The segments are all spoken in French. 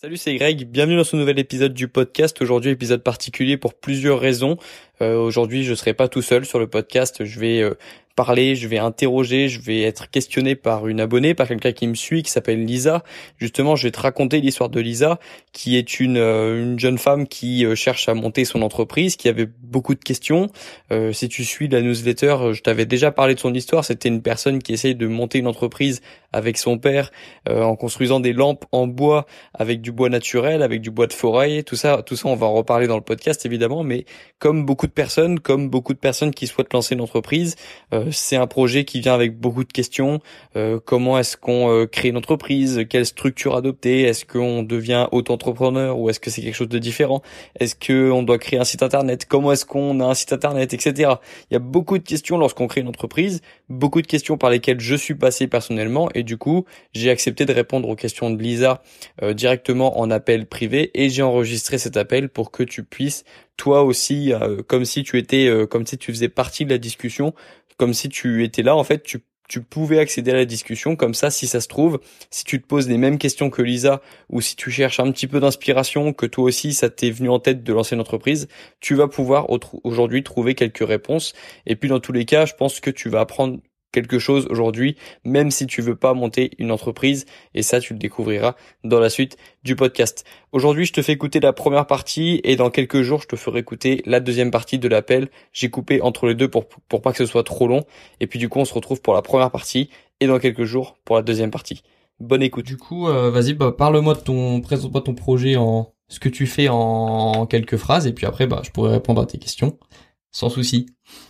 Salut, c'est Greg. Bienvenue dans ce nouvel épisode du podcast. Aujourd'hui, épisode particulier pour plusieurs raisons. Aujourd'hui, je serai pas tout seul sur le podcast. Je vais parler, je vais interroger, je vais être questionné par une abonnée, par quelqu'un qui me suit, qui s'appelle Lisa. Justement, je vais te raconter l'histoire de Lisa, qui est une jeune femme qui cherche à monter son entreprise, qui avait beaucoup de questions. Si tu suis la newsletter, je t'avais déjà parlé de son histoire. C'était une personne qui essaye de monter une entreprise avec son père en construisant des lampes en bois avec du bois naturel, avec du bois de forêt, tout ça, on va en reparler dans le podcast évidemment, mais comme beaucoup de personnes qui souhaitent lancer une entreprise, c'est un projet qui vient avec beaucoup de questions. Comment est-ce qu'on crée une entreprise? Quelle structure adopter? Est-ce qu'on devient auto-entrepreneur ou est-ce que c'est quelque chose de différent? Est-ce qu'on doit créer un site internet? Comment est-ce qu'on a un site internet, etc. Il y a beaucoup de questions lorsqu'on crée une entreprise, beaucoup de questions par lesquelles je suis passé personnellement et du coup, j'ai accepté de répondre aux questions de Lisa directement en appel privé et j'ai enregistré cet appel pour que tu puisses toi aussi comme si tu faisais partie de la discussion, comme si tu étais là en fait, tu pouvais accéder à la discussion comme ça si ça se trouve, si tu te poses les mêmes questions que Lisa ou si tu cherches un petit peu d'inspiration, que toi aussi ça t'est venu en tête de lancer une entreprise, tu vas pouvoir aujourd'hui trouver quelques réponses et puis dans tous les cas, je pense que tu vas apprendre quelque chose aujourd'hui, même si tu veux pas monter une entreprise, et ça tu le découvriras dans la suite du podcast. Aujourd'hui, je te fais écouter la première partie et dans quelques jours, je te ferai écouter la deuxième partie de l'appel. J'ai coupé entre les deux pour pas que ce soit trop long et puis du coup, on se retrouve pour la première partie et dans quelques jours pour la deuxième partie. Bonne écoute. Du coup, vas-y, présente-moi ton projet ce que tu fais en quelques phrases et puis après, je pourrai répondre à tes questions sans souci.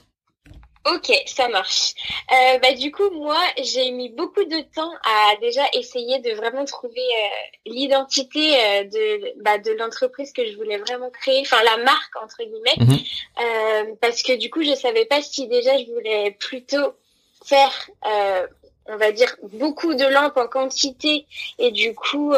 Ok, ça marche. Du coup, moi, j'ai mis beaucoup de temps à déjà essayer de vraiment trouver l'identité de l'entreprise que je voulais vraiment créer, enfin la marque entre guillemets, parce que du coup, je savais pas si déjà je voulais plutôt faire, on va dire, beaucoup de lampes en quantité et du coup,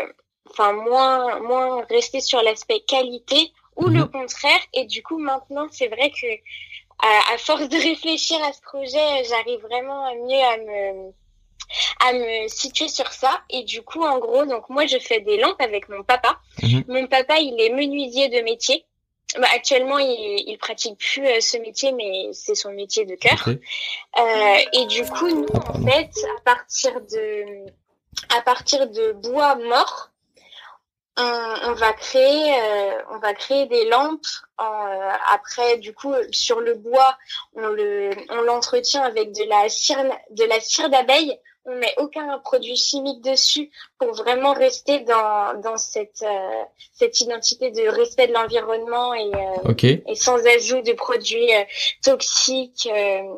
moins rester sur l'aspect qualité ou le contraire. Et du coup, maintenant, c'est vrai que à force de réfléchir à ce projet, j'arrive vraiment mieux à me situer sur ça. Et du coup, en gros, donc moi, je fais des lampes avec mon papa. Mon papa, il est menuisier de métier. Actuellement, il pratique plus ce métier, mais c'est son métier de cœur. Okay. Et du coup, nous, en fait, à partir de bois mort, on va créer des lampes. Après, du coup, sur le bois, on l'entretient avec de la cire d'abeille. On met aucun produit chimique dessus pour vraiment rester dans cette identité de respect de l'environnement et sans ajout de produits toxiques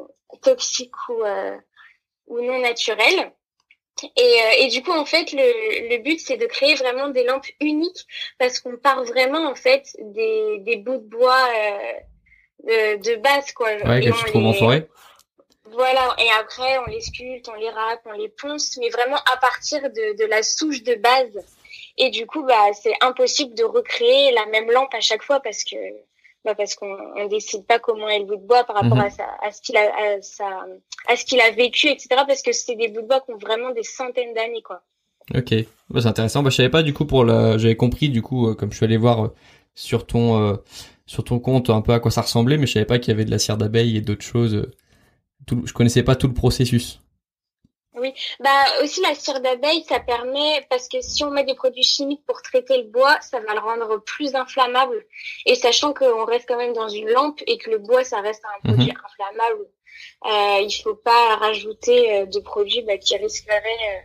ou non naturels. Et du coup, en fait, le but, c'est de créer vraiment des lampes uniques parce qu'on part vraiment, en fait, des bouts de bois de base, quoi. Ouais, que tu trouves en forêt. Voilà, et après, on les sculpte, on les râpe, on les ponce, mais vraiment à partir de la souche de base. Et du coup, c'est impossible de recréer la même lampe à chaque fois parce qu'on décide pas comment est le bout de bois par rapport à ce qu'il a vécu, etc. Parce que c'est des bouts de bois qui ont vraiment des centaines d'années, quoi. Ok, c'est intéressant. Je savais pas du coup j'avais compris du coup comme je suis allé voir sur ton compte un peu à quoi ça ressemblait, mais je savais pas qu'il y avait de la cire d'abeille et d'autres choses. Je connaissais pas tout le processus. Oui, aussi la cire d'abeille, ça permet, parce que si on met des produits chimiques pour traiter le bois, ça va le rendre plus inflammable. Et sachant qu'on reste quand même dans une lampe et que le bois, ça reste un produit inflammable, il faut pas rajouter de produits qui risqueraient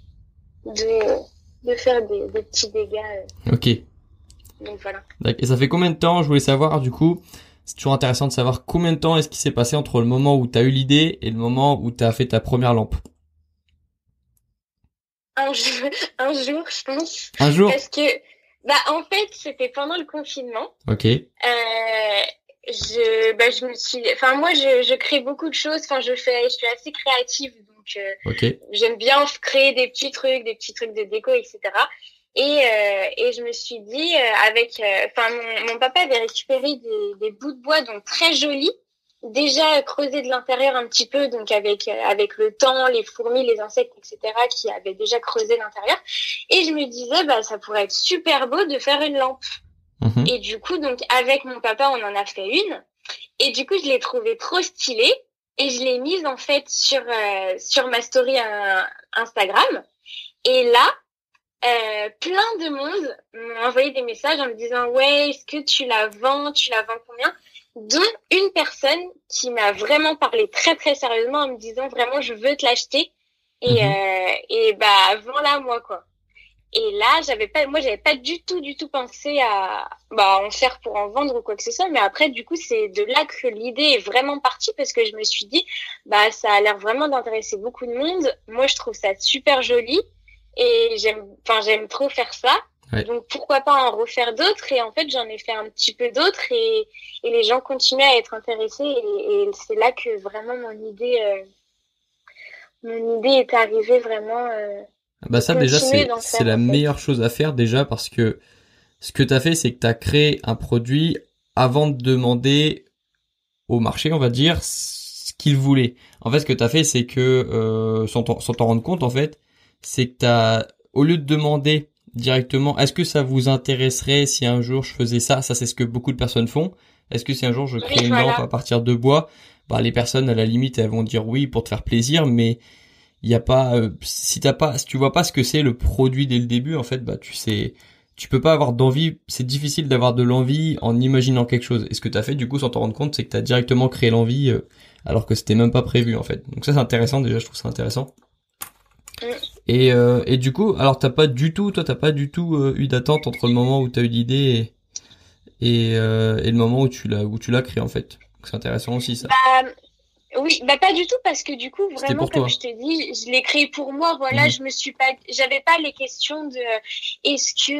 de faire des petits dégâts. Ok. Donc voilà. Et ça fait combien de temps, je voulais savoir du coup, c'est toujours intéressant de savoir combien de temps est-ce qui s'est passé entre le moment où t'as eu l'idée et le moment où t'as fait ta première lampe. Un jour, je pense. Un jour? Parce que, en fait, c'était pendant le confinement. Ok. Je crée beaucoup de choses. Je suis assez créative, donc j'aime bien créer des petits trucs de déco, etc. Et je me suis dit mon papa avait récupéré des bouts de bois donc très jolis déjà creusé de l'intérieur un petit peu, donc avec le temps, les fourmis, les insectes, etc., qui avaient déjà creusé l'intérieur. Et je me disais, bah, ça pourrait être super beau de faire une lampe. Et du coup, donc, avec mon papa, on en a fait une. Et du coup, je l'ai trouvée trop stylée. Et je l'ai mise, en fait, sur ma story Instagram. Et là, plein de monde m'ont envoyé des messages en me disant, ouais, est-ce que tu la vends combien? Dont une personne qui m'a vraiment parlé très, très sérieusement en me disant, vraiment, je veux te l'acheter. Et bah, vends-la moi, quoi. Et là, j'avais pas du tout pensé à en faire pour en vendre ou quoi que ce soit. Mais après, du coup, c'est de là que l'idée est vraiment partie parce que je me suis dit, bah, ça a l'air vraiment d'intéresser beaucoup de monde. Moi, je trouve ça super joli et j'aime trop faire ça. Ouais. Donc, pourquoi pas en refaire d'autres? Et en fait, j'en ai fait un petit peu d'autres et les gens continuent à être intéressés. Et c'est là que vraiment mon idée est arrivée vraiment. Bah ça déjà c'est la meilleure chose à faire déjà parce que ce que t'as fait c'est que t'as créé un produit avant de demander au marché on va dire ce qu'il voulait. En fait ce que t'as fait c'est que sans t'en rendre compte en fait c'est que t'as au lieu de demander directement est-ce que ça vous intéresserait si un jour je faisais ça c'est ce que beaucoup de personnes font. Est-ce que si un jour je crée une lampe à partir de bois, bah les personnes à la limite elles vont dire oui pour te faire plaisir mais il y a pas si tu vois pas ce que c'est le produit dès le début en fait bah tu peux pas avoir d'envie, c'est difficile d'avoir de l'envie en imaginant quelque chose. Et ce que t'as fait du coup sans t'en rendre compte c'est que t'as directement créé l'envie alors que c'était même pas prévu en fait. Donc ça c'est intéressant déjà, je trouve ça intéressant. Et du coup alors t'as pas du tout eu d'attente entre le moment où t'as eu l'idée et le moment où tu l'as créé en fait. Donc c'est intéressant aussi ça. Oui, pas du tout parce que du coup vraiment comme je te dis, je l'ai créé pour moi. Voilà, j'avais pas les questions de est-ce que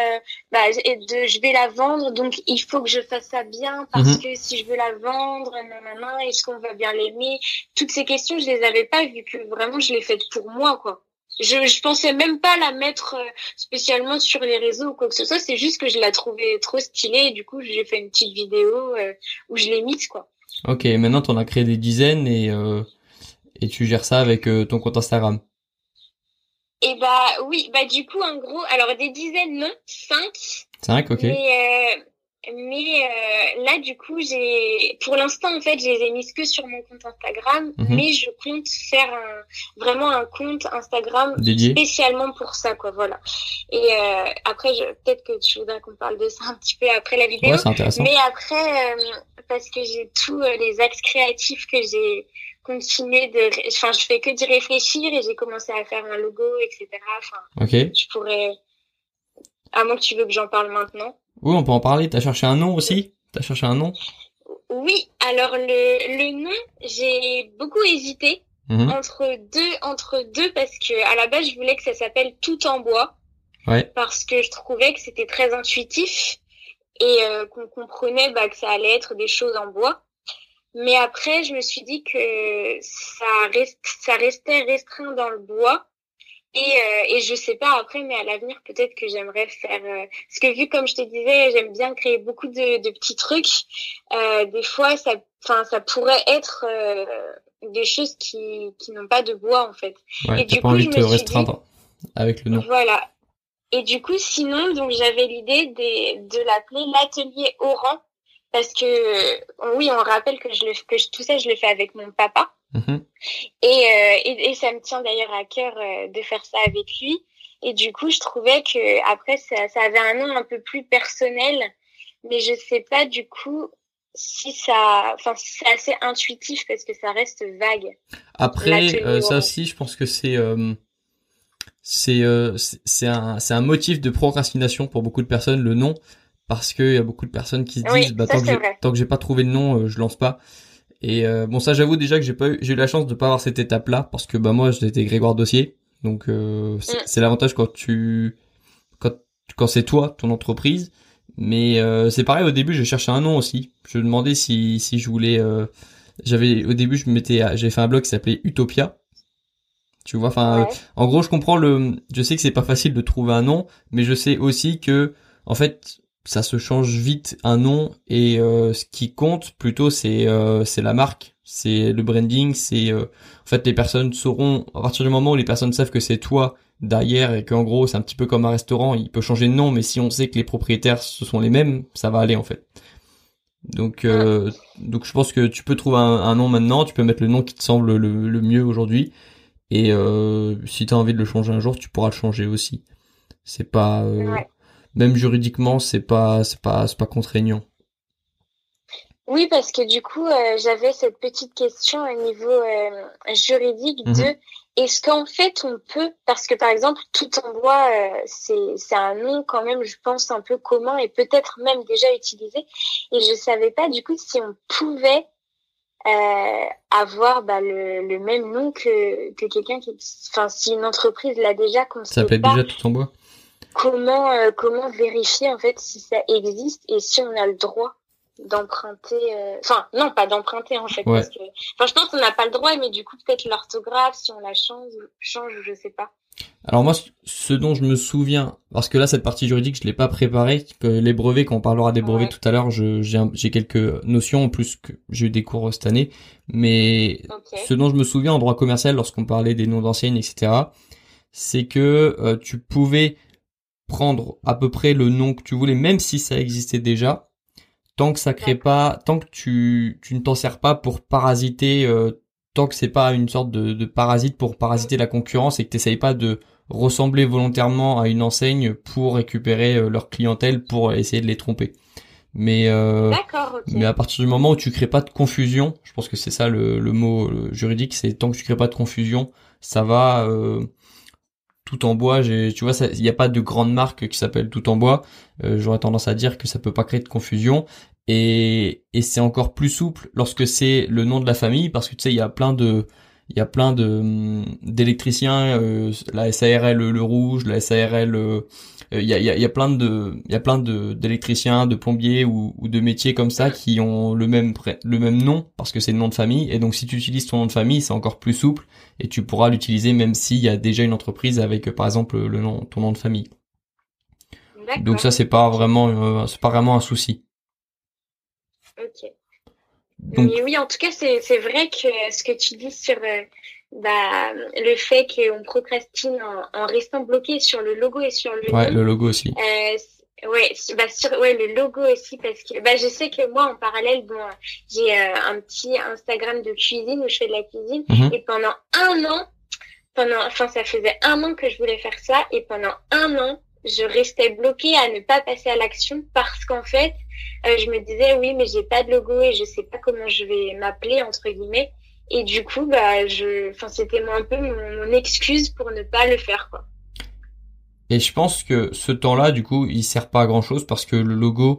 je vais la vendre donc il faut que je fasse ça bien parce que si je veux la vendre, est-ce qu'on va bien l'aimer? Toutes ces questions je les avais pas vu que vraiment je l'ai faite pour moi quoi. Je pensais même pas la mettre spécialement sur les réseaux ou quoi que ce soit. C'est juste que je la trouvais trop stylée et du coup j'ai fait une petite vidéo où je l'ai mise quoi. Ok, maintenant t'en as créé des dizaines et tu gères ça avec ton compte Instagram. Et oui, du coup en gros, alors des dizaines non, 5. 5, ok. Mais là du coup pour l'instant en fait je les ai mises que sur mon compte Instagram, mais je compte faire vraiment un compte Instagram dédié spécialement pour ça quoi, voilà. Et après peut-être que tu voudrais qu'on parle de ça un petit peu après la vidéo. Ouais, c'est intéressant. Mais après parce que j'ai tous les axes créatifs que j'ai continué je fais que d'y réfléchir et j'ai commencé à faire un logo etc. Je pourrais, à moins que tu veux que j'en parle maintenant. Oui, on peut en parler. T'as cherché un nom aussi? T'as cherché un nom? Oui, alors le nom, j'ai beaucoup hésité entre deux parce que à la base je voulais que ça s'appelle Tout en bois. Ouais. Parce que je trouvais que c'était très intuitif et qu'on comprenait que ça allait être des choses en bois. Mais après, je me suis dit que ça restait restreint dans le bois. Et je sais pas après, mais à l'avenir, peut-être que j'aimerais faire... parce que vu comme je te disais, j'aime bien créer beaucoup de petits trucs. Des fois, ça pourrait être des choses qui n'ont pas de bois, en fait. Ouais, et t'as pas envie de te restreindre avec le nom. Voilà. Et du coup, sinon, donc j'avais l'idée de l'appeler l'atelier Oran. Parce que, oui, on rappelle que tout ça, je le fais avec mon papa. Et ça me tient d'ailleurs à cœur de faire ça avec lui. Et du coup, je trouvais que après ça avait un nom un peu plus personnel, mais je sais pas du coup si c'est assez intuitif parce que ça reste vague. Après, ça aussi, je pense que c'est un motif de procrastination pour beaucoup de personnes le nom, parce que y a beaucoup de personnes qui se disent tant que j'ai pas trouvé le nom, je lance pas. Et bon, ça j'avoue déjà que j'ai eu la chance de pas avoir cette étape là parce que moi j'étais Grégoire Dossier, donc c'est l'avantage quand c'est toi ton entreprise. Mais c'est pareil, au début j'ai cherché un nom aussi, je me demandais si je voulais au début j'avais fait un blog qui s'appelait Utopia, tu vois, en gros je sais que c'est pas facile de trouver un nom, mais je sais aussi que en fait ça se change vite un nom et ce qui compte plutôt c'est la marque, c'est le branding, c'est en fait les personnes sauront à partir du moment où les personnes savent que c'est toi derrière et qu'en gros c'est un petit peu comme un restaurant, il peut changer de nom mais si on sait que les propriétaires ce sont les mêmes, ça va aller en fait. Donc je pense que tu peux trouver un nom maintenant, tu peux mettre le nom qui te semble le mieux aujourd'hui et si tu as envie de le changer un jour, tu pourras le changer aussi. C'est pas même juridiquement, c'est pas contraignant. Oui, parce que du coup, j'avais cette petite question au niveau juridique de est-ce qu'en fait on peut, parce que par exemple tout en bois, c'est un nom quand même, je pense un peu commun et peut-être même déjà utilisé, et je savais pas du coup si on pouvait avoir le même nom que quelqu'un qui, enfin si une entreprise l'a déjà, qu'on ne Ça sait s'appelle pas déjà tout en bois. comment vérifier en fait si ça existe et si on a le droit d'emprunter, enfin non pas d'emprunter en fait, Ouais. parce que enfin je pense qu'on n'a pas le droit, mais du coup peut-être l'orthographe si on la change je sais pas. Alors moi, ce dont je me souviens, parce que là cette partie juridique je l'ai pas préparée, que les brevets, quand on parlera des brevets tout à l'heure, j'ai quelques notions en plus que j'ai eu des cours cette année, mais ce dont je me souviens en droit commercial lorsqu'on parlait des noms d'enseignes, etc., c'est que tu pouvais prendre à peu près le nom que tu voulais, même si ça existait déjà, tant que ça crée pas, tant que tu ne t'en sers pas pour parasiter, tant que c'est pas une sorte de parasite pour parasiter la concurrence et que t'essayes pas de ressembler volontairement à une enseigne pour récupérer leur clientèle, pour essayer de les tromper. Mais mais à partir du moment où tu crées pas de confusion, je pense que c'est ça le mot juridique, c'est tant que tu crées pas de confusion, ça va. Tout en bois, tu vois, il n'y a pas de grande marque qui s'appelle Tout en bois. J'aurais tendance à dire que ça peut pas créer de confusion. Et c'est encore plus souple lorsque c'est le nom de la famille, parce que tu sais, il y a plein de d'électriciens, la SARL le rouge, la SARL, il y a plein de d'électriciens, de plombiers ou de métiers comme ça qui ont le même nom parce que c'est le nom de famille. Et donc si tu utilises ton nom de famille, c'est encore plus souple et tu pourras l'utiliser même s'il y a déjà une entreprise avec par exemple ton nom de famille. Donc ça c'est pas vraiment un souci. Ok. Donc, mais oui, en tout cas, c'est vrai que ce que tu dis sur le fait qu'on procrastine en restant bloqué sur le logo et sur le nom. Le logo aussi. Le logo aussi, parce que je sais que moi en parallèle, j'ai un petit Instagram de cuisine où je fais de la cuisine et pendant ça faisait 1 an que je voulais faire ça et pendant 1 an je restais bloquée à ne pas passer à l'action parce qu'en fait, je me disais oui, mais j'ai pas de logo et je sais pas comment je vais m'appeler entre guillemets. Et du coup, c'était un peu mon excuse pour ne pas le faire, quoi. Et je pense que ce temps-là, du coup, il sert pas à grand chose parce que le logo,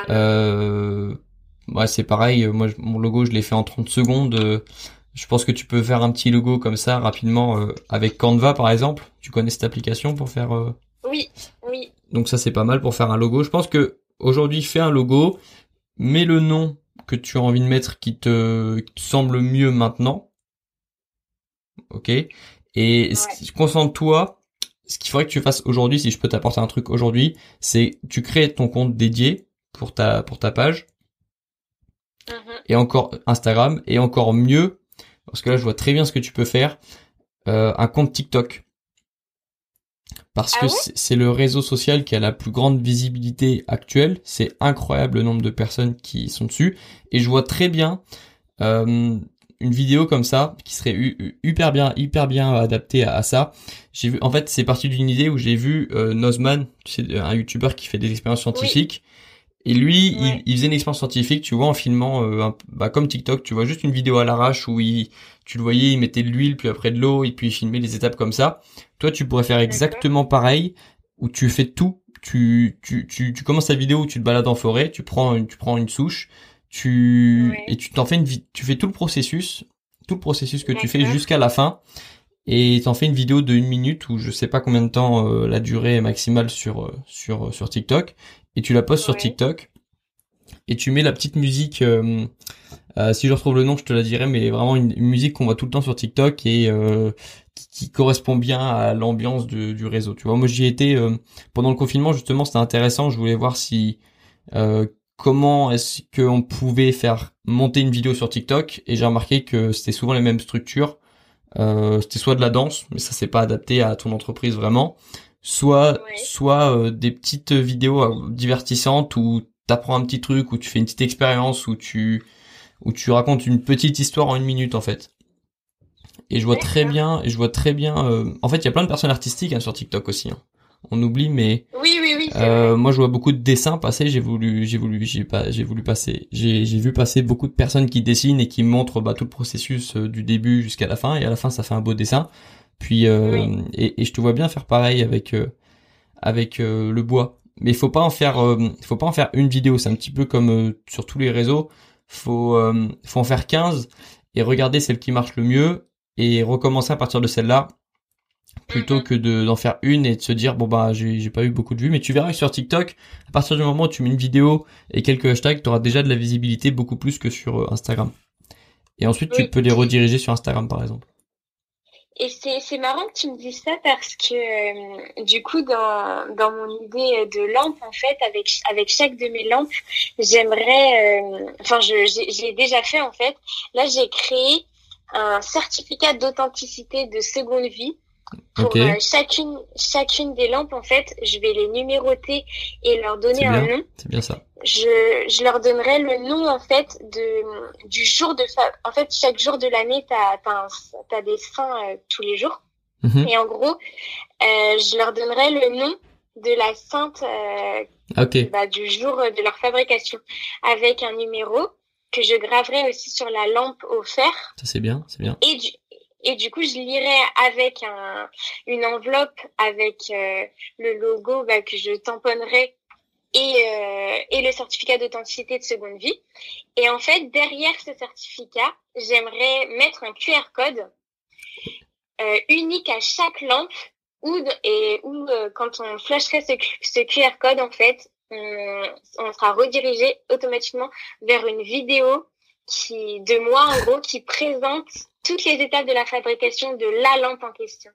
c'est pareil. Moi, mon logo, je l'ai fait en 30 secondes. Je pense que tu peux faire un petit logo comme ça rapidement avec Canva, par exemple. Tu connais cette application pour faire Oui. Donc ça, c'est pas mal pour faire un logo. Je pense que aujourd'hui, fais un logo, mets le nom que tu as envie de mettre qui te semble mieux maintenant. Ok. Et concentre-toi. Ce qu'il faudrait que tu fasses aujourd'hui, si je peux t'apporter un truc aujourd'hui, c'est tu crées ton compte dédié pour ta page. Et encore Instagram, et encore mieux, parce que là je vois très bien ce que tu peux faire, un compte TikTok. Parce que c'est le réseau social qui a la plus grande visibilité actuelle. C'est incroyable le nombre de personnes qui sont dessus. Et je vois très bien une vidéo comme ça qui serait hyper bien adaptée à ça. J'ai vu, en fait, c'est parti d'une idée où j'ai vu Nozman, c'est un YouTuber qui fait des expériences scientifiques. Et lui, il faisait une expérience scientifique, tu vois, en filmant, comme TikTok, tu vois juste une vidéo à l'arrache où tu le voyais, il mettait de l'huile, puis après de l'eau, et puis il filmait les étapes comme ça. Toi, tu pourrais faire exactement pareil, où tu fais tout. Tu commences ta vidéo où tu te balades en forêt, tu prends une souche, et tu fais tout le processus que tu fais jusqu'à la fin. Et t'en fais une vidéo de 1 minute ou je sais pas combien de temps la durée maximale sur TikTok, et tu la postes sur TikTok et tu mets la petite musique si je retrouve le nom je te la dirai, mais vraiment une musique qu'on voit tout le temps sur TikTok et qui correspond bien à l'ambiance du réseau. Tu vois, moi j'y étais pendant le confinement justement, c'était intéressant, je voulais voir si comment est-ce qu'on pouvait faire monter une vidéo sur TikTok, et j'ai remarqué que c'était souvent les mêmes structures. C'était soit de la danse, mais ça c'est pas adapté à ton entreprise vraiment, soit des petites vidéos divertissantes où t'apprends un petit truc, où tu fais une petite expérience, où tu racontes une petite histoire en 1 minute en fait. Et je vois très bien, en fait il y a plein de personnes artistiques sur TikTok aussi, hein. On oublie, mais oui, c'est vrai. moi je vois beaucoup de dessins passer. J'ai vu passer beaucoup de personnes qui dessinent et qui montrent tout le processus du début jusqu'à la fin, et à la fin ça fait un beau dessin. Puis et je te vois bien faire pareil avec le bois. Mais faut pas en faire une vidéo. C'est un petit peu comme sur tous les réseaux. Faut en faire 15 et regarder celle qui marche le mieux et recommencer à partir de celle-là, plutôt que d'en faire une et de se dire j'ai pas eu beaucoup de vues. Mais tu verras que sur TikTok, à partir du moment où tu mets une vidéo et quelques hashtags, tu auras déjà de la visibilité beaucoup plus que sur Instagram. Et ensuite tu peux les rediriger sur Instagram par exemple. Et c'est marrant que tu me dises ça, parce que du coup dans mon idée de lampe, en fait, avec chaque de mes lampes, j'aimerais j'ai déjà fait en fait. Là, j'ai créé un certificat d'authenticité de seconde vie. Pour chacune des lampes, en fait, je vais les numéroter et leur donner un nom. C'est bien ça. Je leur donnerai le nom, en fait, du jour en fait, chaque jour de l'année, t'as des saints tous les jours. Mm-hmm. Et en gros, je leur donnerai le nom de la sainte du jour de leur fabrication, avec un numéro que je graverai aussi sur la lampe au fer. Ça, c'est bien. Et du coup, je lirai avec une enveloppe avec le logo que je tamponnerai et le certificat d'authenticité de seconde vie. Et en fait, derrière ce certificat, j'aimerais mettre un QR code unique à chaque lampe, où quand on flasherait ce QR code, en fait, on sera redirigé automatiquement vers une vidéo de moi, en gros, qui présente toutes les étapes de la fabrication de la lampe en question.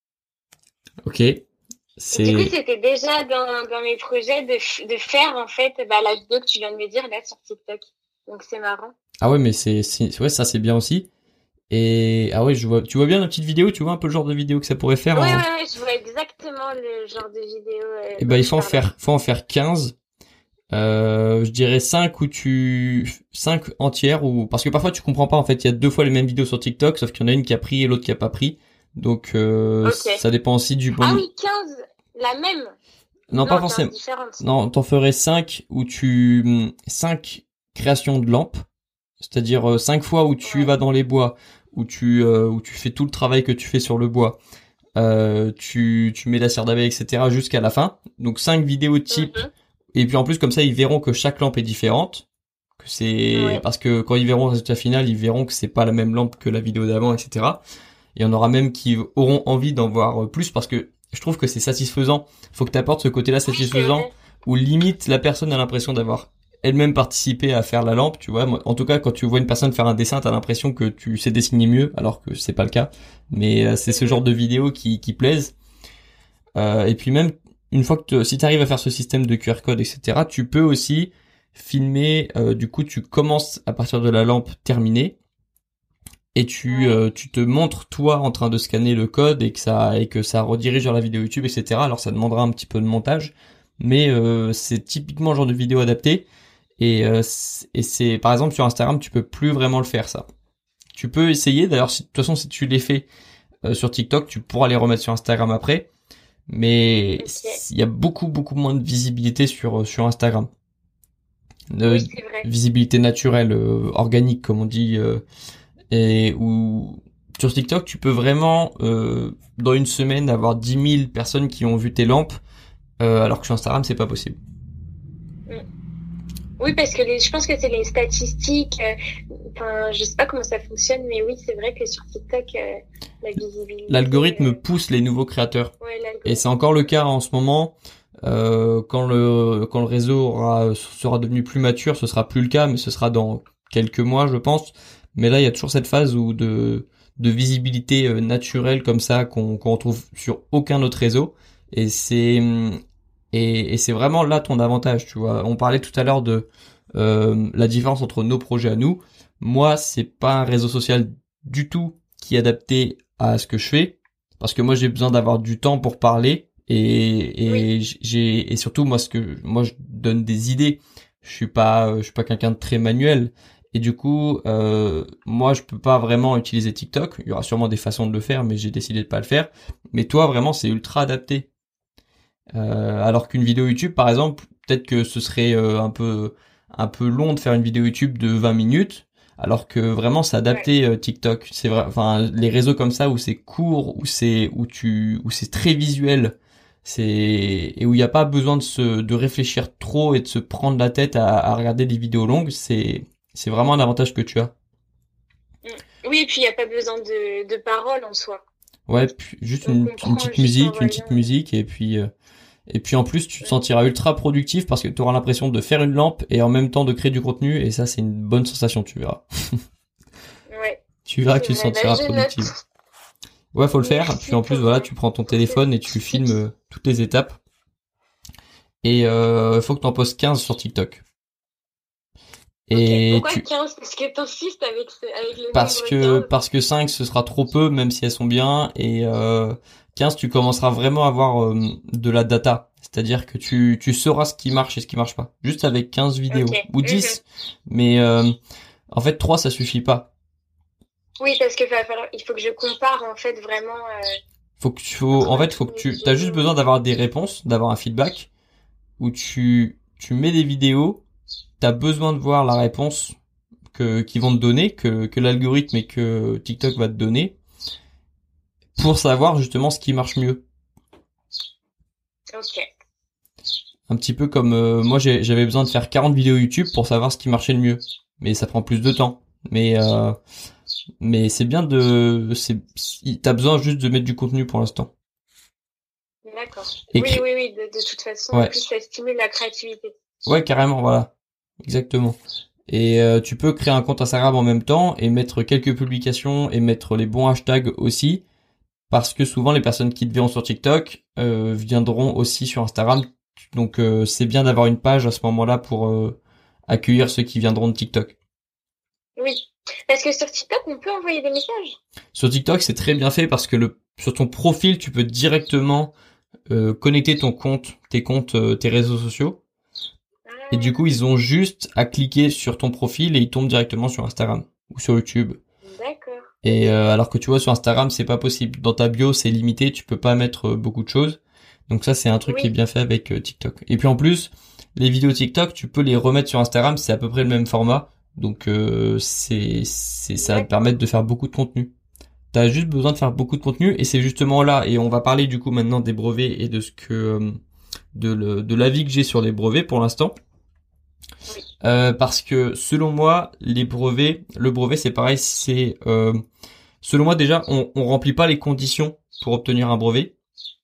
Ok. Du coup, c'était déjà dans mes projets de faire, en fait, la vidéo que tu viens de me dire là sur TikTok. Donc c'est marrant. Ah ouais, mais ouais, ça c'est bien aussi. Et ah ouais, tu vois bien la petite vidéo, tu vois un peu le genre de vidéo que ça pourrait faire. Ouais, je vois exactement le genre de vidéo. Et il faut en faire 15. Je dirais 5 entières, parce que parfois tu comprends pas, en fait, il y a 2 fois les mêmes vidéos sur TikTok, sauf qu'il y en a une qui a pris et l'autre qui a pas pris. Donc ça dépend aussi du bon. Ah oui, 15, la même. Non, pas forcément. Non, t'en ferais 5 5 créations de lampes, c'est-à-dire 5 fois où tu vas dans les bois, où tu fais tout le travail que tu fais sur le bois. Tu mets la cire d'abeille, etc. jusqu'à la fin. Donc 5 vidéos type. Et puis en plus, comme ça, ils verront que chaque lampe est différente. Parce que quand ils verront le résultat final, ils verront que c'est pas la même lampe que la vidéo d'avant, etc. Et il y en aura même qui auront envie d'en voir plus, parce que je trouve que c'est satisfaisant. Faut que tu apportes ce côté-là satisfaisant, où limite la personne a l'impression d'avoir elle-même participé à faire la lampe, tu vois. Moi, en tout cas, quand tu vois une personne faire un dessin, t'as l'impression que tu sais dessiner mieux, alors que c'est pas le cas. Mais c'est ce genre de vidéos qui plaisent. Et puis même, une fois que si tu arrives à faire ce système de QR code, etc., tu peux aussi filmer. Du coup, tu commences à partir de la lampe terminée et tu te montres toi en train de scanner le code, et que ça redirige vers la vidéo YouTube, etc. Alors ça demandera un petit peu de montage, mais c'est typiquement le genre de vidéo adaptée. Et c'est par exemple sur Instagram, tu peux plus vraiment le faire, ça. Tu peux essayer. D'ailleurs, de toute façon, si tu les fais sur TikTok, tu pourras les remettre sur Instagram après. Mais il y a beaucoup moins de visibilité sur Instagram. Visibilité naturelle, organique, comme on dit. Et où sur TikTok, tu peux vraiment dans une semaine avoir 10 000 personnes qui ont vu tes lampes, alors que sur Instagram, c'est pas possible. Oui, parce que je pense que c'est les statistiques. Je sais pas comment ça fonctionne, mais oui, c'est vrai que sur TikTok, la visibilité. L'algorithme pousse les nouveaux créateurs. Ouais, et c'est encore le cas en ce moment. Quand le réseau sera devenu plus mature, ce sera plus le cas, mais ce sera dans quelques mois, je pense. Mais là, il y a toujours cette phase de visibilité naturelle comme ça qu'on retrouve sur aucun autre réseau. Et Et c'est vraiment là ton avantage, tu vois. On parlait tout à l'heure de la différence entre nos projets à nous. Moi, c'est pas un réseau social du tout qui est adapté à ce que je fais, parce que moi j'ai besoin d'avoir du temps pour parler et surtout moi je donne des idées. Je suis pas quelqu'un de très manuel et du coup moi je peux pas vraiment utiliser TikTok. Il y aura sûrement des façons de le faire, mais j'ai décidé de pas le faire. Mais toi vraiment c'est ultra adapté. Alors qu'une vidéo YouTube, par exemple, peut-être que ce serait un peu long de faire une vidéo YouTube de 20 minutes, alors que vraiment c'est adapté TikTok. C'est vrai, enfin les réseaux comme ça où c'est court, où c'est très visuel, et où il n'y a pas besoin de réfléchir trop et de se prendre la tête à regarder des vidéos longues, c'est vraiment un avantage que tu as. Oui, et puis il n'y a pas besoin de paroles en soi. Ouais, puis juste une petite musique et puis en plus, tu te sentiras ultra productif parce que tu auras l'impression de faire une lampe et en même temps de créer du contenu et ça c'est une bonne sensation, tu verras. Ouais. Tu verras que tu te sentiras productif. Ouais, faut le faire. Puis en plus voilà, tu prends ton téléphone et tu filmes toutes les étapes. Et faut que t'en postes 15 sur TikTok. Et pourquoi 15? Parce que t'insistes avec le nombre parce que 5 ce sera trop peu même si elles sont bien et 15 tu commenceras vraiment à avoir de la data. C'est-à-dire que tu sauras ce qui marche et ce qui marche pas. Juste avec 15 vidéos ou 10. Mais en fait 3 ça suffit pas. Oui, parce que il faut que je compare en fait vraiment faut que t'as juste besoin d'avoir des réponses, d'avoir un feedback où tu mets des vidéos. T'as besoin de voir la réponse qu'ils vont te donner, que l'algorithme et que TikTok va te donner, pour savoir justement ce qui marche mieux. Ok. Un petit peu comme moi j'avais besoin de faire 40 vidéos YouTube pour savoir ce qui marchait le mieux, mais ça prend plus de temps. Mais c'est bien t'as besoin juste de mettre du contenu pour l'instant. D'accord. Oui, de toute façon, en plus ça stimule la créativité. Ouais, carrément, voilà. Exactement. Et tu peux créer un compte Instagram en même temps et mettre quelques publications et mettre les bons hashtags aussi, parce que souvent les personnes qui te verront sur TikTok viendront aussi sur Instagram. Donc c'est bien d'avoir une page à ce moment-là pour accueillir ceux qui viendront de TikTok. Oui, parce que sur TikTok on peut envoyer des messages. Sur TikTok c'est très bien fait parce que sur ton profil tu peux directement connecter tes réseaux sociaux. Et du coup, ils ont juste à cliquer sur ton profil et ils tombent directement sur Instagram ou sur YouTube. D'accord. Et alors que tu vois, sur Instagram, c'est pas possible. Dans ta bio, c'est limité, tu peux pas mettre beaucoup de choses. Donc ça, c'est un truc qui est bien fait avec TikTok. Et puis en plus, les vidéos TikTok, tu peux les remettre sur Instagram, c'est à peu près le même format. Donc ça va te permettre de faire beaucoup de contenu. T'as juste besoin de faire beaucoup de contenu et c'est justement là. Et on va parler du coup maintenant des brevets et de ce que de l'avis que j'ai sur les brevets pour l'instant. Parce que selon moi, le brevet c'est pareil, selon moi déjà, on remplit pas les conditions pour obtenir un brevet.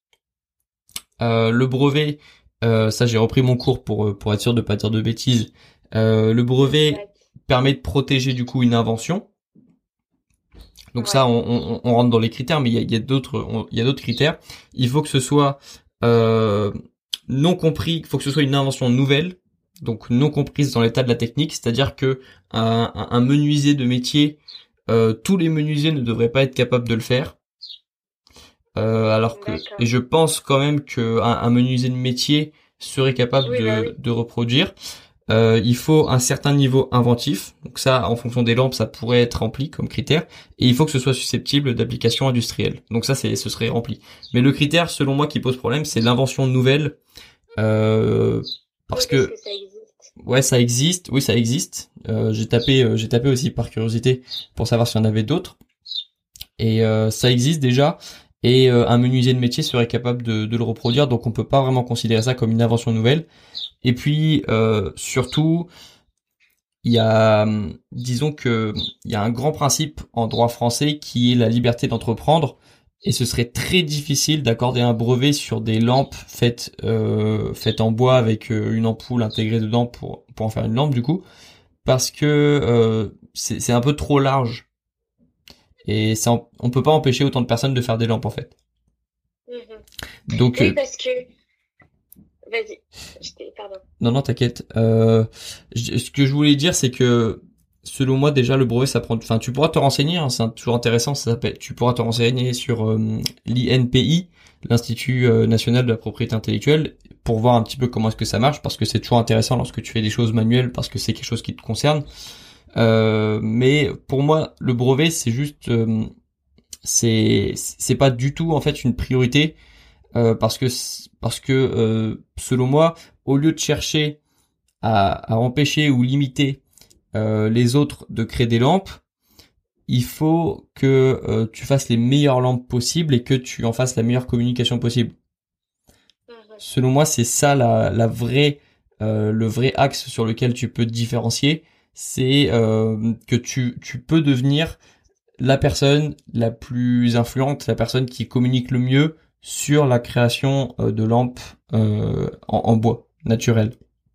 Le brevet, ça j'ai repris mon cours pour être sûr de pas dire de bêtises. Le brevet permet de protéger du coup une invention. Donc ça, on rentre dans les critères, mais il y a d'autres critères. Il faut que ce soit non compris, il faut que ce soit une invention nouvelle, donc non comprise dans l'état de la technique, c'est-à-dire que un menuisier de métier, tous les menuisiers ne devraient pas être capables de le faire. Et je pense quand même que un menuisier de métier serait capable de reproduire. Il faut un certain niveau inventif, donc ça, en fonction des lampes, ça pourrait être rempli comme critère, et il faut que ce soit susceptible d'application industrielle. Donc ça, ce serait rempli. Mais le critère, selon moi, qui pose problème, c'est l'invention nouvelle, parce que ça existe. Ouais, ça existe. Oui, ça existe. J'ai tapé aussi par curiosité pour savoir s'il y en avait d'autres. Et ça existe déjà. Et un menuisier de métier serait capable de le reproduire, donc on peut pas vraiment considérer ça comme une invention nouvelle. Et puis surtout, disons que il y a un grand principe en droit français qui est la liberté d'entreprendre, et ce serait très difficile d'accorder un brevet sur des lampes faites en bois avec une ampoule intégrée dedans pour en faire une lampe du coup, parce que c'est un peu trop large. Et on peut pas empêcher autant de personnes de faire des lampes en fait. Mm-hmm. Donc oui, parce que Vas-y, pardon. Non, t'inquiète. Ce que je voulais dire, c'est que selon moi, déjà, le brevet, ça prend. Enfin, tu pourras te renseigner. Hein, c'est toujours intéressant. Ça s'appelle. Tu pourras te renseigner sur l'INPI, l'Institut national de la propriété intellectuelle, pour voir un petit peu comment est-ce que ça marche, parce que c'est toujours intéressant lorsque tu fais des choses manuelles, parce que c'est quelque chose qui te concerne. Mais pour moi, le brevet, c'est juste, c'est pas du tout en fait une priorité. Parce que selon moi, au lieu de chercher à empêcher ou limiter les autres de créer des lampes, il faut que tu fasses les meilleures lampes possibles et que tu en fasses la meilleure communication possible. Selon moi, c'est ça la vraie le vrai axe sur lequel tu peux te différencier, c'est que tu peux devenir la personne la plus influente, la personne qui communique le mieux sur la création de lampes en bois naturel.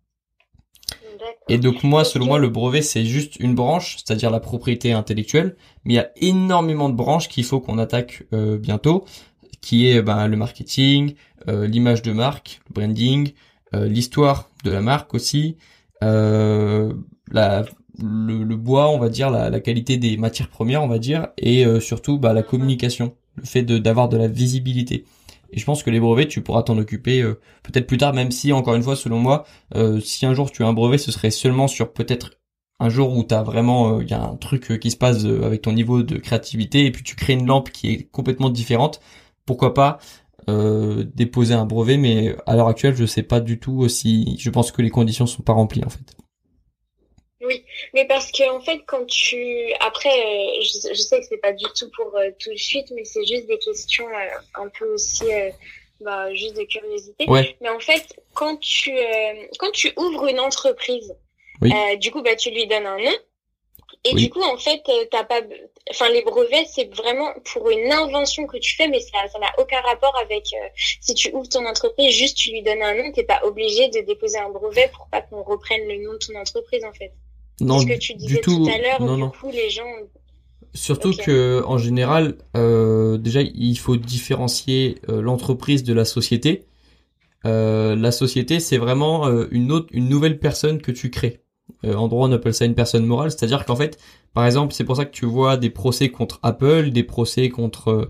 Et donc moi, selon moi, le brevet, c'est juste une branche, c'est-à-dire la propriété intellectuelle, mais il y a énormément de branches qu'il faut qu'on attaque bientôt, qui est le marketing, l'image de marque, le branding, l'histoire de la marque aussi, le bois, on va dire, la qualité des matières premières, on va dire, et surtout la communication, le fait d'avoir de la visibilité. Et je pense que les brevets, tu pourras t'en occuper peut-être plus tard, même si, encore une fois, selon moi, si un jour tu as un brevet, ce serait seulement sur peut-être un jour où t'as vraiment, y a un truc qui se passe avec ton niveau de créativité, et puis tu crées une lampe qui est complètement différente. Pourquoi pas déposer un brevet, mais à l'heure actuelle, je sais pas du tout si, je pense que les conditions sont pas remplies, en fait. Oui, mais parce que en fait, quand après, je sais que c'est pas du tout pour tout de suite, mais c'est juste des questions un peu aussi, juste de curiosité. Ouais. Mais en fait, quand tu ouvres une entreprise, oui. Du coup, tu lui donnes un nom. Et oui. Du coup, en fait, les brevets, c'est vraiment pour une invention que tu fais, mais ça n'a aucun rapport avec si tu ouvres ton entreprise, juste tu lui donnes un nom, t'es pas obligé de déposer un brevet pour pas qu'on reprenne le nom de ton entreprise, en fait. Non, ce que tu disais tout à l'heure, du coup, les gens. Surtout que en général, déjà, il faut différencier l'entreprise de la société. La société, c'est vraiment une nouvelle personne que tu crées. En droit, on appelle ça une personne morale, c'est-à-dire qu'en fait, par exemple, c'est pour ça que tu vois des procès contre Apple, des procès contre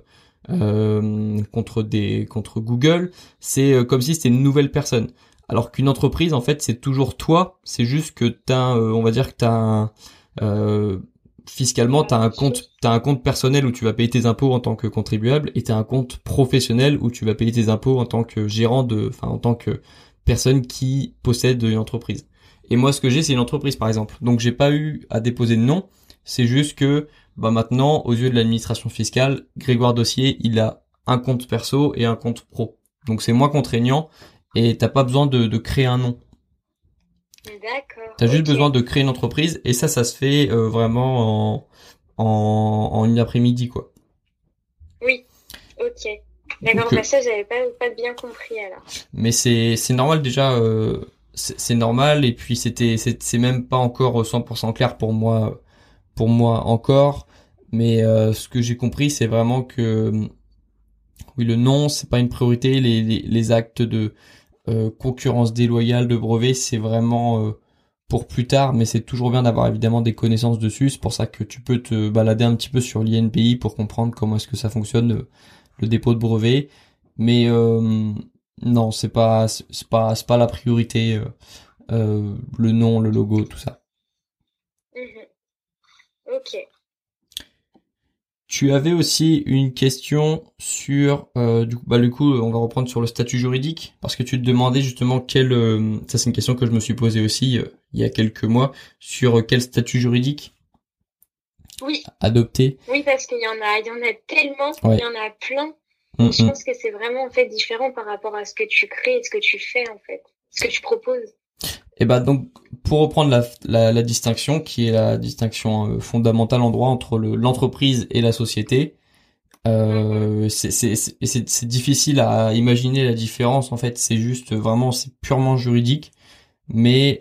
Google. C'est comme si c'était une nouvelle personne. Alors qu'une entreprise, en fait, c'est toujours toi. C'est juste que on va dire que t'as fiscalement, t'as un compte personnel où tu vas payer tes impôts en tant que contribuable, et t'as un compte professionnel où tu vas payer tes impôts en tant que en tant que personne qui possède une entreprise. Et moi, ce que j'ai, c'est une entreprise, par exemple. Donc, j'ai pas eu à déposer de nom. C'est juste que, maintenant, aux yeux de l'administration fiscale, Grégoire Dossier, il a un compte perso et un compte pro. Donc, c'est moins contraignant et t'as pas besoin de créer un nom. D'accord. T'as juste besoin de créer une entreprise, et ça se fait vraiment en une après-midi, quoi. Oui. Ok. D'accord. Donc, ça, j'avais pas bien compris alors. Mais c'est normal déjà. C'est normal, et puis c'est même pas encore 100% clair pour moi encore. Mais ce que j'ai compris, c'est vraiment que oui, le nom, c'est pas une priorité. Les actes de concurrence déloyale de brevets, c'est vraiment pour plus tard, mais c'est toujours bien d'avoir évidemment des connaissances dessus. C'est pour ça que tu peux te balader un petit peu sur l'INPI pour comprendre comment est-ce que ça fonctionne, le dépôt de brevet. Mais non, c'est pas la priorité, le nom, le logo, tout ça. Ok. Tu avais aussi une question sur du coup on va reprendre sur le statut juridique, parce que tu te demandais justement ça c'est une question que je me suis posée aussi il y a quelques mois, sur quel statut juridique adopter. Oui, parce qu'il y en a tellement, ouais. Il y en a plein. Donc, je pense que c'est vraiment en fait différent par rapport à ce que tu crées et ce que tu fais en fait, ce que tu proposes. Et donc pour reprendre la distinction, qui est la distinction fondamentale en droit entre l'entreprise et la société, c'est difficile à imaginer la différence, en fait. C'est juste vraiment, c'est purement juridique. Mais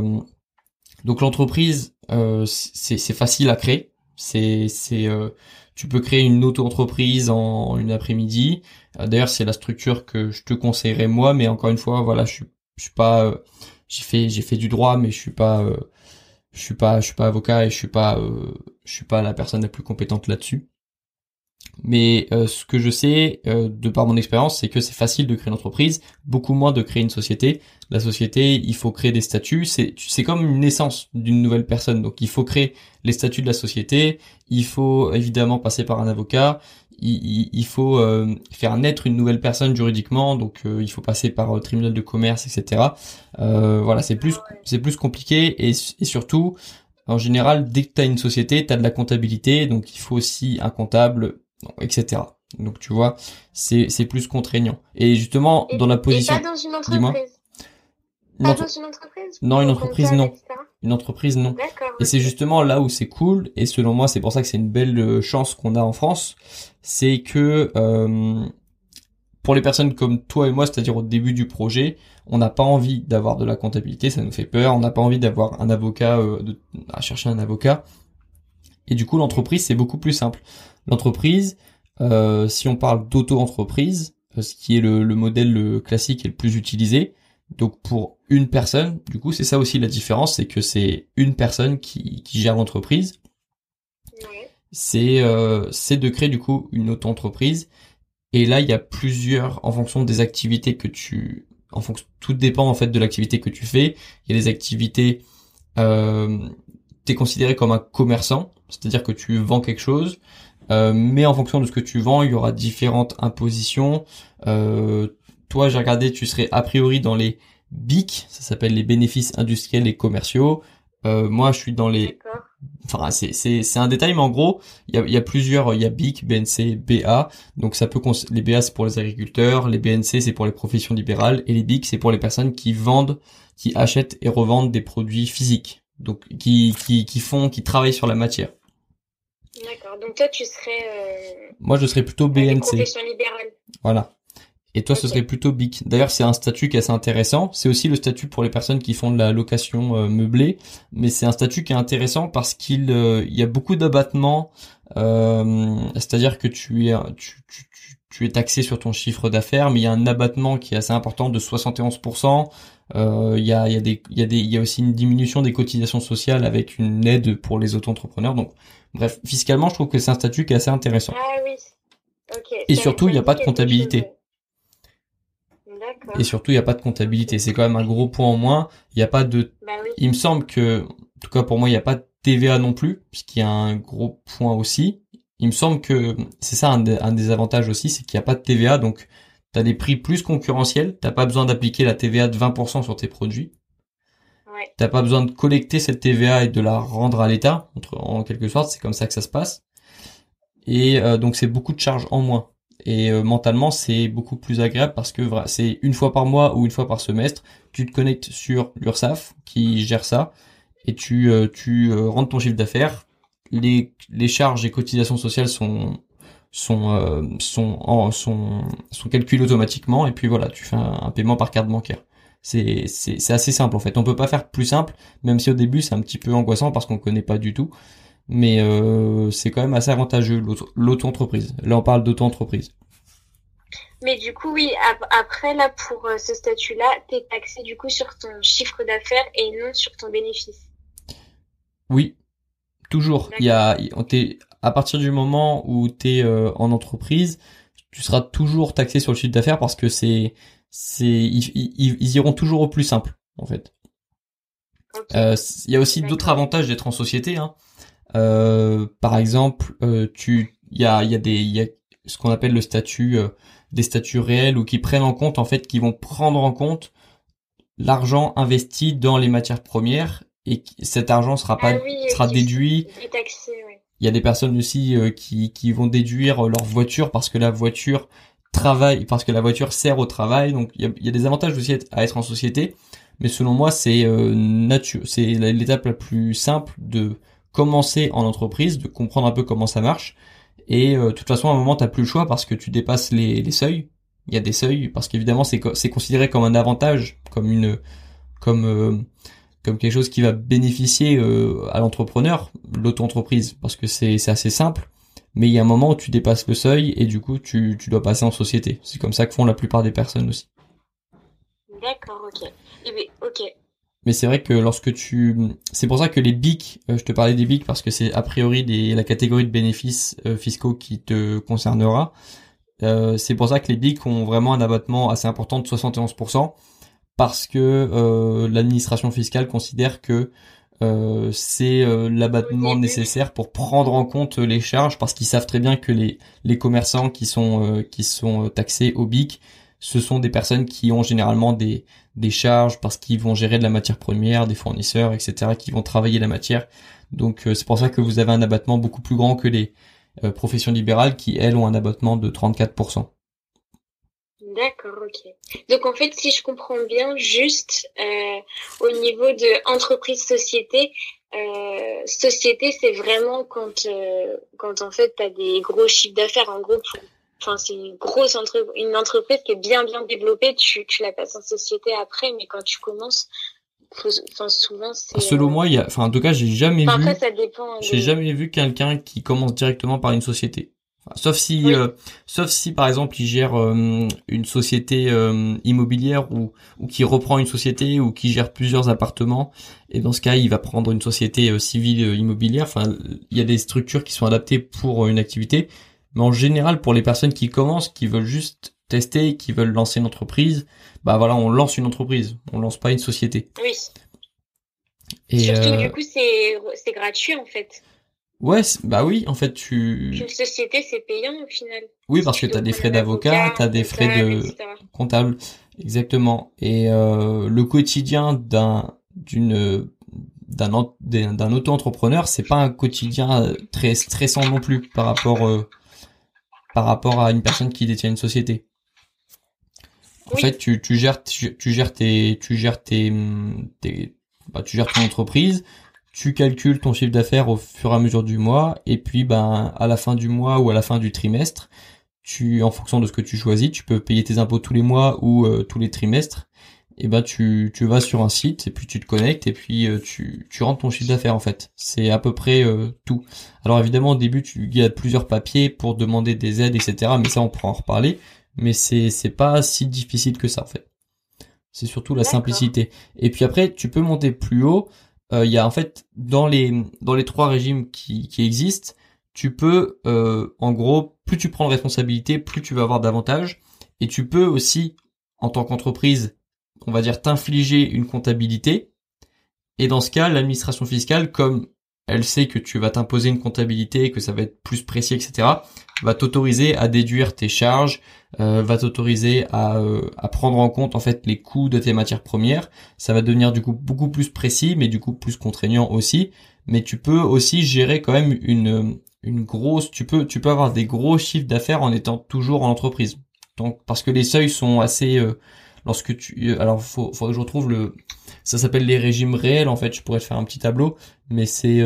donc l'entreprise, c'est facile à créer. Tu peux créer une auto-entreprise en une après-midi. D'ailleurs, c'est la structure que je te conseillerais moi, mais encore une fois, voilà, je suis pas, j'ai fait du droit, mais je suis pas avocat et je suis pas la personne la plus compétente là-dessus. Mais ce que je sais, de par mon expérience, c'est que c'est facile de créer une entreprise, beaucoup moins de créer une société. La société, il faut créer des statuts, c'est comme une naissance d'une nouvelle personne. Donc il faut créer les statuts de la société, il faut évidemment passer par un avocat, il faut faire naître une nouvelle personne juridiquement, donc il faut passer par tribunal de commerce, etc. Voilà, c'est plus compliqué et surtout, en général, dès que tu as une société, tu as de la comptabilité, donc il faut aussi un comptable, etc. Donc tu vois, c'est plus contraignant. Et justement, dans la position... Et pas dans une entreprise. Dis-moi. Pas dans une entreprise. Non, une entreprise, non. Etc. Une entreprise, non. D'accord. Et c'est justement là où c'est cool, et selon moi, c'est pour ça que c'est une belle chance qu'on a en France, c'est que pour les personnes comme toi et moi, c'est-à-dire au début du projet, on n'a pas envie d'avoir de la comptabilité, ça nous fait peur, on n'a pas envie d'avoir un avocat, à chercher un avocat. Et du coup, l'entreprise, c'est beaucoup plus simple. L'entreprise, si on parle d'auto-entreprise, ce qui est le modèle classique et le plus utilisé, donc pour une personne, du coup, c'est ça aussi la différence, c'est que c'est une personne qui gère l'entreprise. Ouais. C'est de créer du coup une auto-entreprise. Et là, il y a plusieurs, en fonction des activités tout dépend en fait de l'activité que tu fais. Il y a des activités, t'es considéré comme un commerçant, c'est-à-dire que tu vends quelque chose, mais en fonction de ce que tu vends, il y aura différentes impositions. Toi, j'ai regardé, tu serais a priori dans les BIC, ça s'appelle les bénéfices industriels et commerciaux. Moi, je suis dans les... D'accord. Enfin, c'est un détail, mais en gros, il y a plusieurs, il y a BIC, BNC, BA. Donc ça peut les BA c'est pour les agriculteurs, les BNC c'est pour les professions libérales et les BIC c'est pour les personnes qui vendent, qui achètent et revendent des produits physiques. Donc qui travaillent sur la matière. D'accord. Donc toi tu serais Moi, je serais plutôt les BNC. professions libérales. Voilà. Et toi, Ok. ce serait plutôt BIC. D'ailleurs, c'est un statut qui est assez intéressant. C'est aussi le statut pour les personnes qui font de la location meublée. Mais c'est un statut qui est intéressant parce qu'il y a beaucoup d'abattements. C'est-à-dire que tu es taxé sur ton chiffre d'affaires, mais il y a un abattement qui est assez important de 71%. Il y a aussi une diminution des cotisations sociales avec une aide pour les auto-entrepreneurs. Donc, bref, fiscalement, je trouve que c'est un statut qui est assez intéressant. Ah oui. Ok. Et Ça- surtout, ça il n'y a me pas dit de quelque comptabilité. chose, ouais. D'accord. Et surtout, il n'y a pas de comptabilité. C'est quand même un gros point en moins. Il n'y a pas de... Bah oui. Il me semble que, en tout cas pour moi, il n'y a pas de TVA non plus, ce qui est un gros point aussi. Il me semble que c'est ça un des avantages aussi, c'est qu'il n'y a pas de TVA. Donc, tu as des prix plus concurrentiels. T'as pas besoin d'appliquer la TVA de 20% sur tes produits. Ouais. T'as pas besoin de collecter cette TVA et de la rendre à l'État, en quelque sorte. C'est comme ça que ça se passe. Et donc, c'est beaucoup de charges en moins. Et mentalement, c'est beaucoup plus agréable parce que c'est une fois par mois ou une fois par semestre, tu te connectes sur l'URSSAF qui gère ça et tu rentres ton chiffre d'affaires. Les charges et cotisations sociales sont calculées automatiquement et puis voilà, tu fais un paiement par carte bancaire. C'est assez simple en fait. On peut pas faire plus simple, même si au début c'est un petit peu angoissant parce qu'on connaît pas du tout. Mais c'est quand même assez avantageux l'auto-entreprise. Là, on parle d'auto-entreprise. Mais du coup, oui, après, là, pour ce statut-là, t'es taxé du coup sur ton chiffre d'affaires et non sur ton bénéfice. Oui, toujours. À partir du moment où t'es en entreprise, tu seras toujours taxé sur le chiffre d'affaires parce que ils iront toujours au plus simple, en fait. Okay. Il y a aussi d'autres avantages d'être en société, hein. Par exemple, il y a ce qu'on appelle le statut, des statuts réels ou qui prennent en compte, en fait, qui vont prendre en compte l'argent investi dans les matières premières et cet argent sera déduit. Taxé, oui. Il y a des personnes aussi qui vont déduire leur voiture parce que la voiture sert au travail. Donc il y a des avantages aussi à être en société, mais selon moi c'est l'étape la plus simple de commencer en entreprise, de comprendre un peu comment ça marche. Et de toute façon, à un moment, t'as plus le choix parce que tu dépasses les seuils. Il y a des seuils parce qu'évidemment, c'est considéré comme un avantage, comme quelque chose qui va bénéficier à l'entrepreneur, l'auto-entreprise, parce que c'est assez simple. mais il y a un moment où tu dépasses le seuil et du coup tu dois passer en société. C'est comme ça que font la plupart des personnes aussi. D'accord, ok. Eh bien, ok. Mais c'est vrai que c'est pour ça que les BIC, je te parlais des BIC parce que c'est a priori la catégorie de bénéfices fiscaux qui te concernera. C'est pour ça que les BIC ont vraiment un abattement assez important de 71%, parce que l'administration fiscale considère que c'est l'abattement nécessaire pour prendre en compte les charges, parce qu'ils savent très bien que les commerçants qui sont taxés au BIC, ce sont des personnes qui ont généralement des charges parce qu'ils vont gérer de la matière première, des fournisseurs, etc., qui vont travailler la matière. Donc c'est pour ça que vous avez un abattement beaucoup plus grand que les professions libérales qui, elles, ont un abattement de 34%. D'accord, ok. Donc en fait, si je comprends bien, juste au niveau de entreprise-société, société, c'est vraiment quand en fait t'as des gros chiffres d'affaires. En gros, c'est une entreprise qui est bien développée. Tu la passes en société après, mais quand tu commences, souvent c'est. Selon moi, en tout cas, j'ai jamais vu. Après, ça dépend. J'ai jamais vu quelqu'un qui commence directement par une société. Sauf si par exemple il gère une société immobilière ou qui reprend une société ou qui gère plusieurs appartements, et dans ce cas il va prendre une société civile immobilière. Enfin, il y a des structures qui sont adaptées pour une activité, mais en général pour les personnes qui commencent, qui veulent juste tester, qui veulent lancer une entreprise, bah voilà, on lance une entreprise, on lance pas une société. Oui. Et surtout du coup c'est gratuit en fait. Ouais, bah oui, en fait, Une société, c'est payant au final. Oui, parce que t'as des frais d'avocat, t'as des frais de comptable, exactement. Et le quotidien d'un auto-entrepreneur, c'est pas un quotidien très stressant non plus par rapport à une personne qui détient une société. En fait, tu gères ton entreprise. Tu calcules ton chiffre d'affaires au fur et à mesure du mois, et puis à la fin du mois ou à la fin du trimestre, en fonction de ce que tu choisis, tu peux payer tes impôts tous les mois ou tous les trimestres. Et tu vas sur un site et puis tu te connectes et puis tu rentres ton chiffre d'affaires en fait. C'est à peu près tout. Alors évidemment au début il y a plusieurs papiers pour demander des aides, etc. Mais ça on pourra en reparler. Mais c'est pas si difficile que ça en fait. C'est surtout la simplicité. Et puis après tu peux monter plus haut. Il y a en fait dans les 3 régimes qui existent, tu peux en gros, plus tu prends de responsabilité, plus tu vas avoir d'avantages, et tu peux aussi en tant qu'entreprise, on va dire, t'infliger une comptabilité. Et dans ce cas, l'administration fiscale, comme elle sait que tu vas t'imposer une comptabilité, que ça va être plus précis, etc., va t'autoriser à déduire tes charges, va t'autoriser à prendre en compte en fait les coûts de tes matières premières. Ça va devenir du coup beaucoup plus précis, mais du coup plus contraignant aussi. Mais tu peux aussi gérer quand même une grosse. Tu peux avoir des gros chiffres d'affaires en étant toujours en entreprise. Donc parce que les seuils sont assez. Alors faudrait que je retrouve ça s'appelle les régimes réels en fait. Je pourrais te faire un petit tableau, mais c'est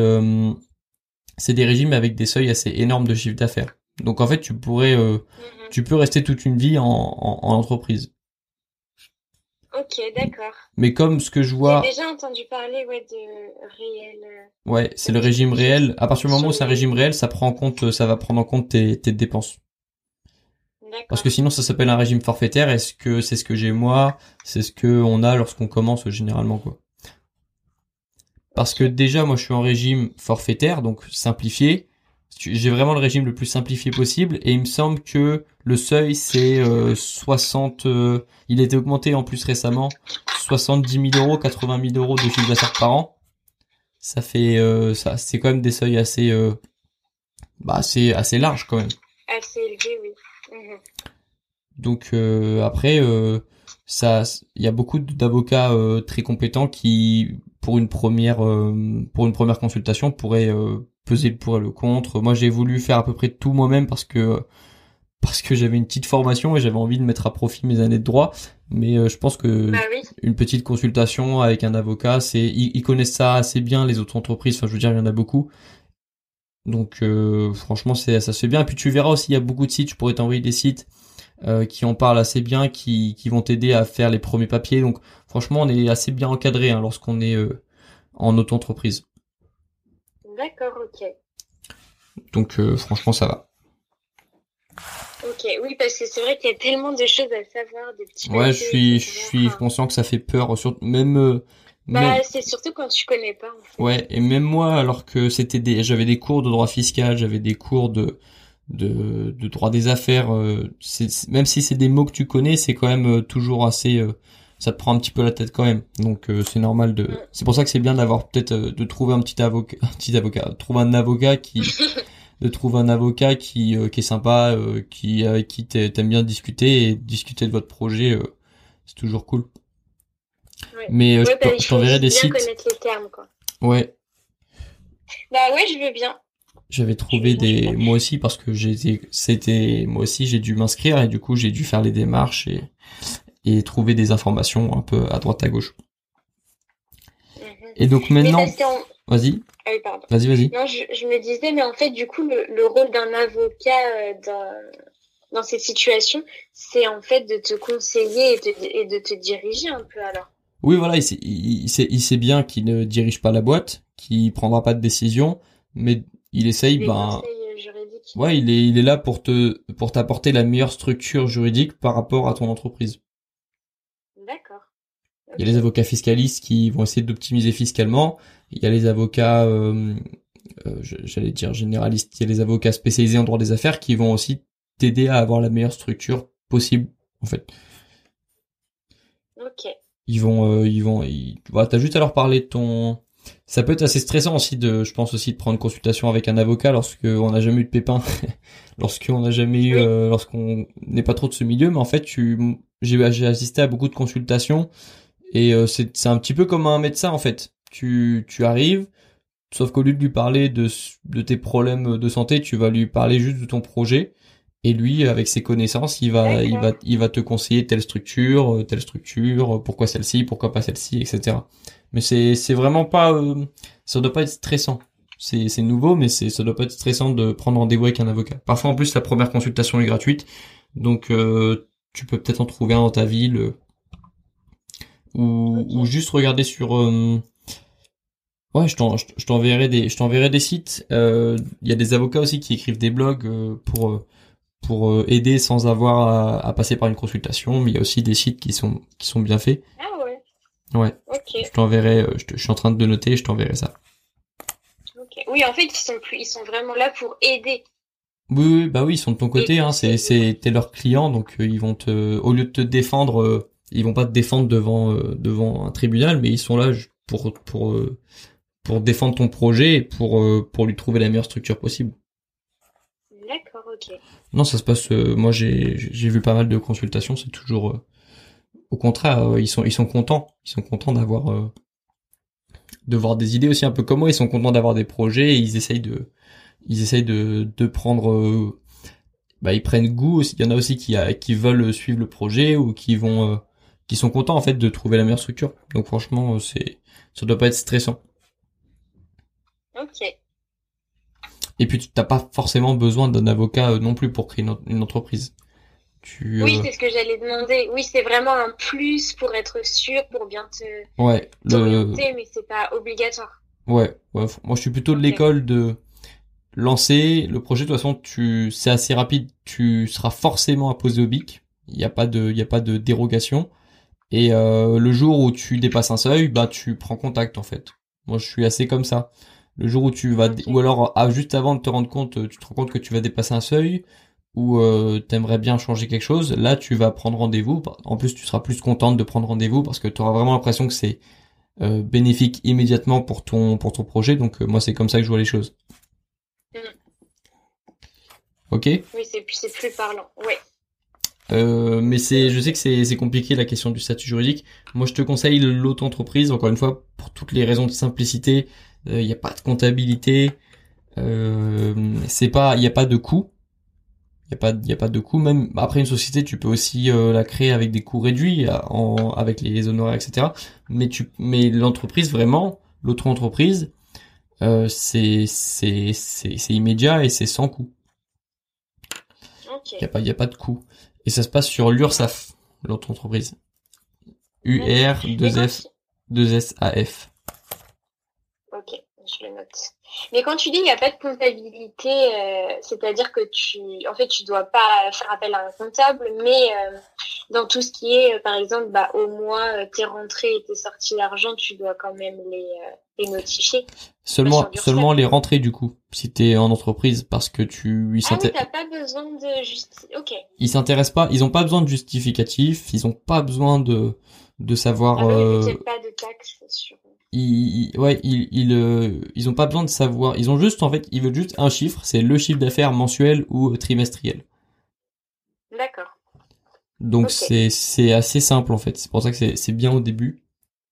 des régimes avec des seuils assez énormes de chiffre d'affaires. Donc en fait, tu peux rester toute une vie en entreprise. Ok, d'accord. Mais comme ce que je vois... J'ai déjà entendu parler de réel... Ouais, c'est le régime réel. À partir du moment où c'est un régime réel, ça va prendre en compte tes dépenses. D'accord. Parce que sinon, ça s'appelle un régime forfaitaire. Est-ce que c'est ce que j'ai moi? C'est ce que on a lorsqu'on commence généralement, quoi. Parce que déjà, moi, je suis en régime forfaitaire, donc simplifié. J'ai vraiment le régime le plus simplifié possible, et il me semble que le seuil c'est 60. Il a été augmenté en plus récemment, 70 000 euros, 80 000 euros de chiffre d'affaires par an. Ça fait ça, c'est quand même des seuils assez assez large quand même. Assez élevé, oui. Donc après il y a beaucoup d'avocats très compétents qui pour une première consultation pourraient peser le pour et le contre. Moi, j'ai voulu faire à peu près tout moi-même parce que j'avais une petite formation et j'avais envie de mettre à profit mes années de droit. Mais je pense que une petite consultation avec un avocat, ils connaissent ça assez bien, les autres entreprises. Enfin, je veux dire, il y en a beaucoup. Donc, franchement, ça se fait bien. Et puis, tu verras aussi, il y a beaucoup de sites. Je pourrais t'envoyer des sites qui en parlent assez bien, qui vont t'aider à faire les premiers papiers. Donc, franchement, on est assez bien encadré lorsqu'on est en auto-entreprise. D'accord, ok. Donc franchement ça va. Ok, oui, parce que c'est vrai qu'il y a tellement de choses à savoir, des petits Ouais, papiers, je etc. suis Enfin, conscient que ça fait peur, surtout même bah, c'est surtout quand tu connais pas, en fait. ouais, et même moi, alors que j'avais des cours de droit fiscal, j'avais des cours de droit des affaires, même si c'est des mots que tu connais, c'est quand même toujours assez, ça te prend un petit peu la tête quand même. Donc c'est normal Mm. c'est pour ça que c'est bien d'avoir peut-être de trouver trouver un avocat qui est sympa, avec qui t'aimes bien discuter et discuter de votre projet, c'est toujours cool. Ouais. Mais Ouais, bah, il je faut t'enverrai des bien sites. connaître les termes, quoi. Ouais, Bah ouais, je veux bien. j'avais Je veux trouvé bien, je veux bien. moi aussi parce que moi aussi j'ai dû m'inscrire et du coup j'ai dû faire les démarches et trouver des informations un peu à droite à gauche. Mhm. Et donc Mais maintenant, parce qu'en... vas-y, Ah oui, pardon. vas-y. Non, je me disais, mais en fait, du coup, le rôle d'un avocat dans ces situations, c'est en fait de te conseiller et de te diriger un peu alors. Oui, voilà, il sait bien qu'il ne dirige pas la boîte, qu'il prendra pas de décision, mais il essaye, Des ben, conseils juridiques. ouais, il est là pour t'apporter la meilleure structure juridique par rapport à ton entreprise. D'accord. Il y a les Ok. avocats fiscalistes qui vont essayer d'optimiser fiscalement. Il y a les avocats, j'allais dire généralistes. Il y a les avocats spécialisés en droit des affaires qui vont aussi t'aider à avoir la meilleure structure possible. En fait, Ok. voilà, t'as juste à leur parler de ton. Ça peut être assez stressant aussi je pense aussi de prendre une consultation avec un avocat lorsqu'on n'a jamais eu de pépin, Oui. lorsqu'on n'est pas trop de ce milieu. Mais en fait, j'ai assisté à beaucoup de consultations. Et c'est un petit peu comme un médecin en fait. Tu arrives, sauf qu'au lieu de lui parler de tes problèmes de santé, tu vas lui parler juste de ton projet. Et lui, avec ses connaissances, D'accord. il va te conseiller telle structure, pourquoi celle-ci, pourquoi pas celle-ci, etc. Mais c'est vraiment pas, ça doit pas être stressant. C'est nouveau, mais ça doit pas être stressant de prendre rendez-vous avec un avocat. Parfois, en plus, la première consultation est gratuite, donc tu peux peut-être en trouver un dans ta ville ou Ok. juste regarder sur ouais, je t'enverrai des sites. Il y a des avocats aussi qui écrivent des blogs pour aider sans avoir à passer par une consultation, mais il y a aussi des sites qui sont bien faits. Ah ouais. Ouais, Ok. je t'enverrai je suis en train de noter, je t'enverrai ça. Ok. Oui, en fait, ils sont vraiment là pour aider Bah oui, ils sont de ton et côté hein, conseiller. t'es leur client donc ils vont au lieu de te défendre ils vont pas te défendre devant un tribunal mais ils sont là pour défendre ton projet et pour lui trouver la meilleure structure possible. D'accord, ok. Non, ça se passe. Moi, j'ai vu pas mal de consultations. C'est toujours, au contraire, ils sont contents. Ils sont contents de voir des idées aussi un peu comme moi. Ils sont contents d'avoir des projets. Et ils essayent de prendre. Ils prennent goût. Aussi. Il y en a aussi qui veulent suivre le projet ou qui sont contents en fait de trouver la meilleure structure. Donc franchement, ça doit pas être stressant. Ok. Et puis tu t'as pas forcément besoin d'un avocat non plus pour créer une entreprise. Tu Oui, c'est ce que j'allais demander. Oui, c'est vraiment un plus pour être sûr, pour bien ouais t'orienter, mais c'est pas obligatoire. ouais. Moi, je suis plutôt de Ok. l'école de lancer le projet. De toute façon, c'est assez rapide. Tu seras forcément apposé au BIC. Il y a pas de dérogation. Et le jour où tu dépasses un seuil, bah tu prends contact en fait. Moi, je suis assez comme ça. Le jour où ou Ok. alors juste avant de te rendre compte, tu te rends compte que tu vas dépasser un seuil ou t'aimerais bien changer quelque chose. Là, tu vas prendre rendez-vous. En plus, tu seras plus contente de prendre rendez-vous parce que tu auras vraiment l'impression que c'est bénéfique immédiatement pour ton projet. Donc moi, c'est comme ça que je vois les choses. Mm. Ok. Oui, c'est plus parlant. Ouais. Mais Ok, je sais ok. que c'est compliqué la question du statut juridique. Moi, je te conseille l'auto-entreprise. Encore une fois, pour toutes les raisons de simplicité, il n'y a pas de comptabilité. Il y a pas de coût. Il y a pas de coût. Même après une société, tu peux aussi la créer avec des coûts réduits, avec les honoraires, etc. Mais l'entreprise vraiment, l'auto-entreprise, c'est immédiat et c'est sans coût. Ok. Il y a pas de coût. Et ça se passe sur l'URSSAF, l'auto-entreprise. D'accord. Mais quand UR2F2SAF. Ok. Je le note. Mais quand tu dis il n'y a pas de comptabilité, c'est-à-dire que tu dois pas faire appel à un comptable, mais dans tout ce qui est, par exemple, au mois, tes rentrées et tes sorties d'argent, tu dois quand même les notifier. Seulement les rentrées du coup, si t'es en entreprise, parce que Ah oui, t'as pas besoin de Ok. Ils s'intéressent pas, ils ont pas besoin de justificatif, ils ont pas besoin de savoir. Ah oui, mais pas de taxes sur. Ils ont pas besoin de savoir. Ils ont juste ils veulent juste un chiffre, c'est le chiffre d'affaires mensuel ou trimestriel. D'accord. Donc Okay. c'est assez simple en fait. C'est pour ça que c'est bien au début.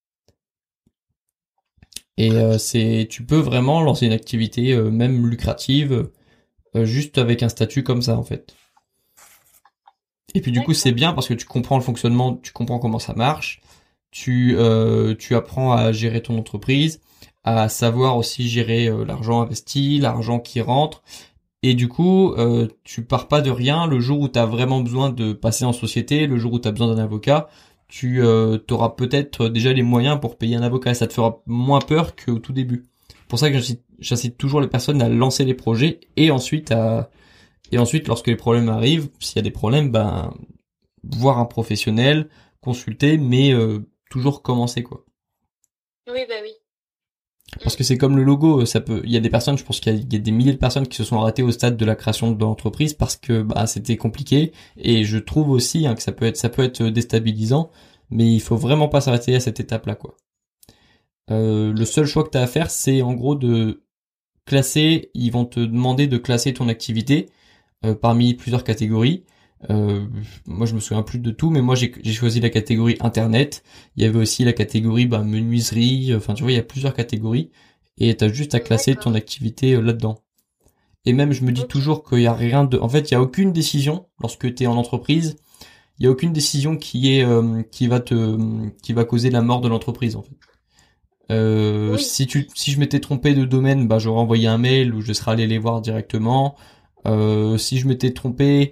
Et tu peux vraiment lancer une activité même lucrative juste avec un statut comme ça en fait. Et puis du coup c'est bien parce que tu comprends le fonctionnement, tu comprends comment ça marche. Tu apprends à gérer ton entreprise, à savoir aussi gérer l'argent investi, l'argent qui rentre. Et du coup, tu pars pas de rien. Le jour où tu as vraiment besoin de passer en société, le jour où tu as besoin d'un avocat, tu auras peut-être déjà les moyens pour payer un avocat. Ça te fera moins peur qu'au tout début. C'est pour ça que j'incite toujours les personnes à lancer les projets et ensuite lorsque les problèmes arrivent, s'il y a des problèmes, voir un professionnel, consulter, mais toujours commencer quoi. Oui, oui. Parce que c'est comme le logo, il y a des personnes, je pense qu'il y a des milliers de personnes qui se sont arrêtées au stade de la création de l'entreprise parce que c'était compliqué, et je trouve aussi que ça peut être déstabilisant, mais il faut vraiment pas s'arrêter à cette étape là quoi. Le seul choix que tu as à faire, c'est en gros de classer, ils vont te demander de classer ton activité parmi plusieurs catégories. Moi je me souviens plus de tout, mais moi j'ai choisi la catégorie internet. Il y avait aussi la catégorie menuiserie, enfin tu vois il y a plusieurs catégories et t'as juste à classer ton activité là-dedans. Et même je me dis toujours qu'il y a rien de, en fait il y a aucune décision lorsque t'es en entreprise, il y a aucune décision qui va causer la mort de l'entreprise en fait. Oui. Si je m'étais trompé de domaine, j'aurais envoyé un mail ou je serais allé les voir directement. Si je m'étais trompé,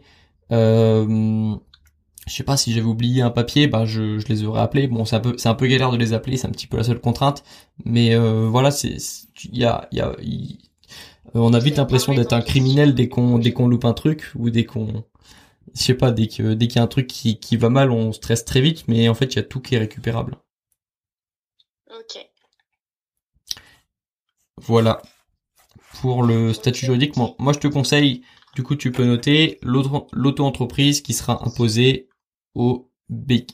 je sais pas, si j'avais oublié un papier, je les aurais appelés. Bon, c'est un peu galère de les appeler, c'est un petit peu la seule contrainte. Mais voilà, on a vite l'impression d'être un criminel dès qu'on loupe un truc ou je sais pas, dès qu'il y a un truc qui va mal, on stresse très vite. Mais en fait, il y a tout qui est récupérable. Ok. Voilà. Pour le statut juridique, moi je te conseille, du coup tu peux noter l'auto-entreprise qui sera imposée au BIC.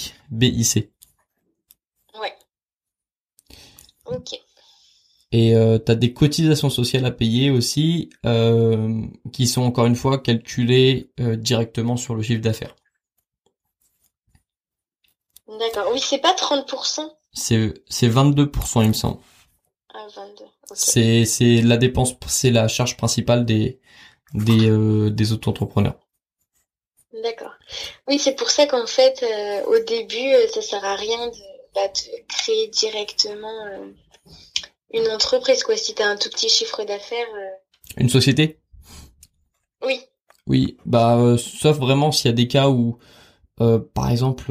Ouais. Ok. Et t'as des cotisations sociales à payer aussi, qui sont encore une fois calculées directement sur le chiffre d'affaires. D'accord. Oui, c'est pas 30%. C'est 22% il me semble. Ah, 22. Okay. C'est la dépense, c'est la charge principale des auto-entrepreneurs. D'accord. Oui, c'est pour ça qu'en fait, au début, ça sert à rien de créer directement une entreprise, quoi. Si t'as un tout petit chiffre d'affaires. Une société? Oui. Oui, sauf vraiment s'il y a des cas où, par exemple,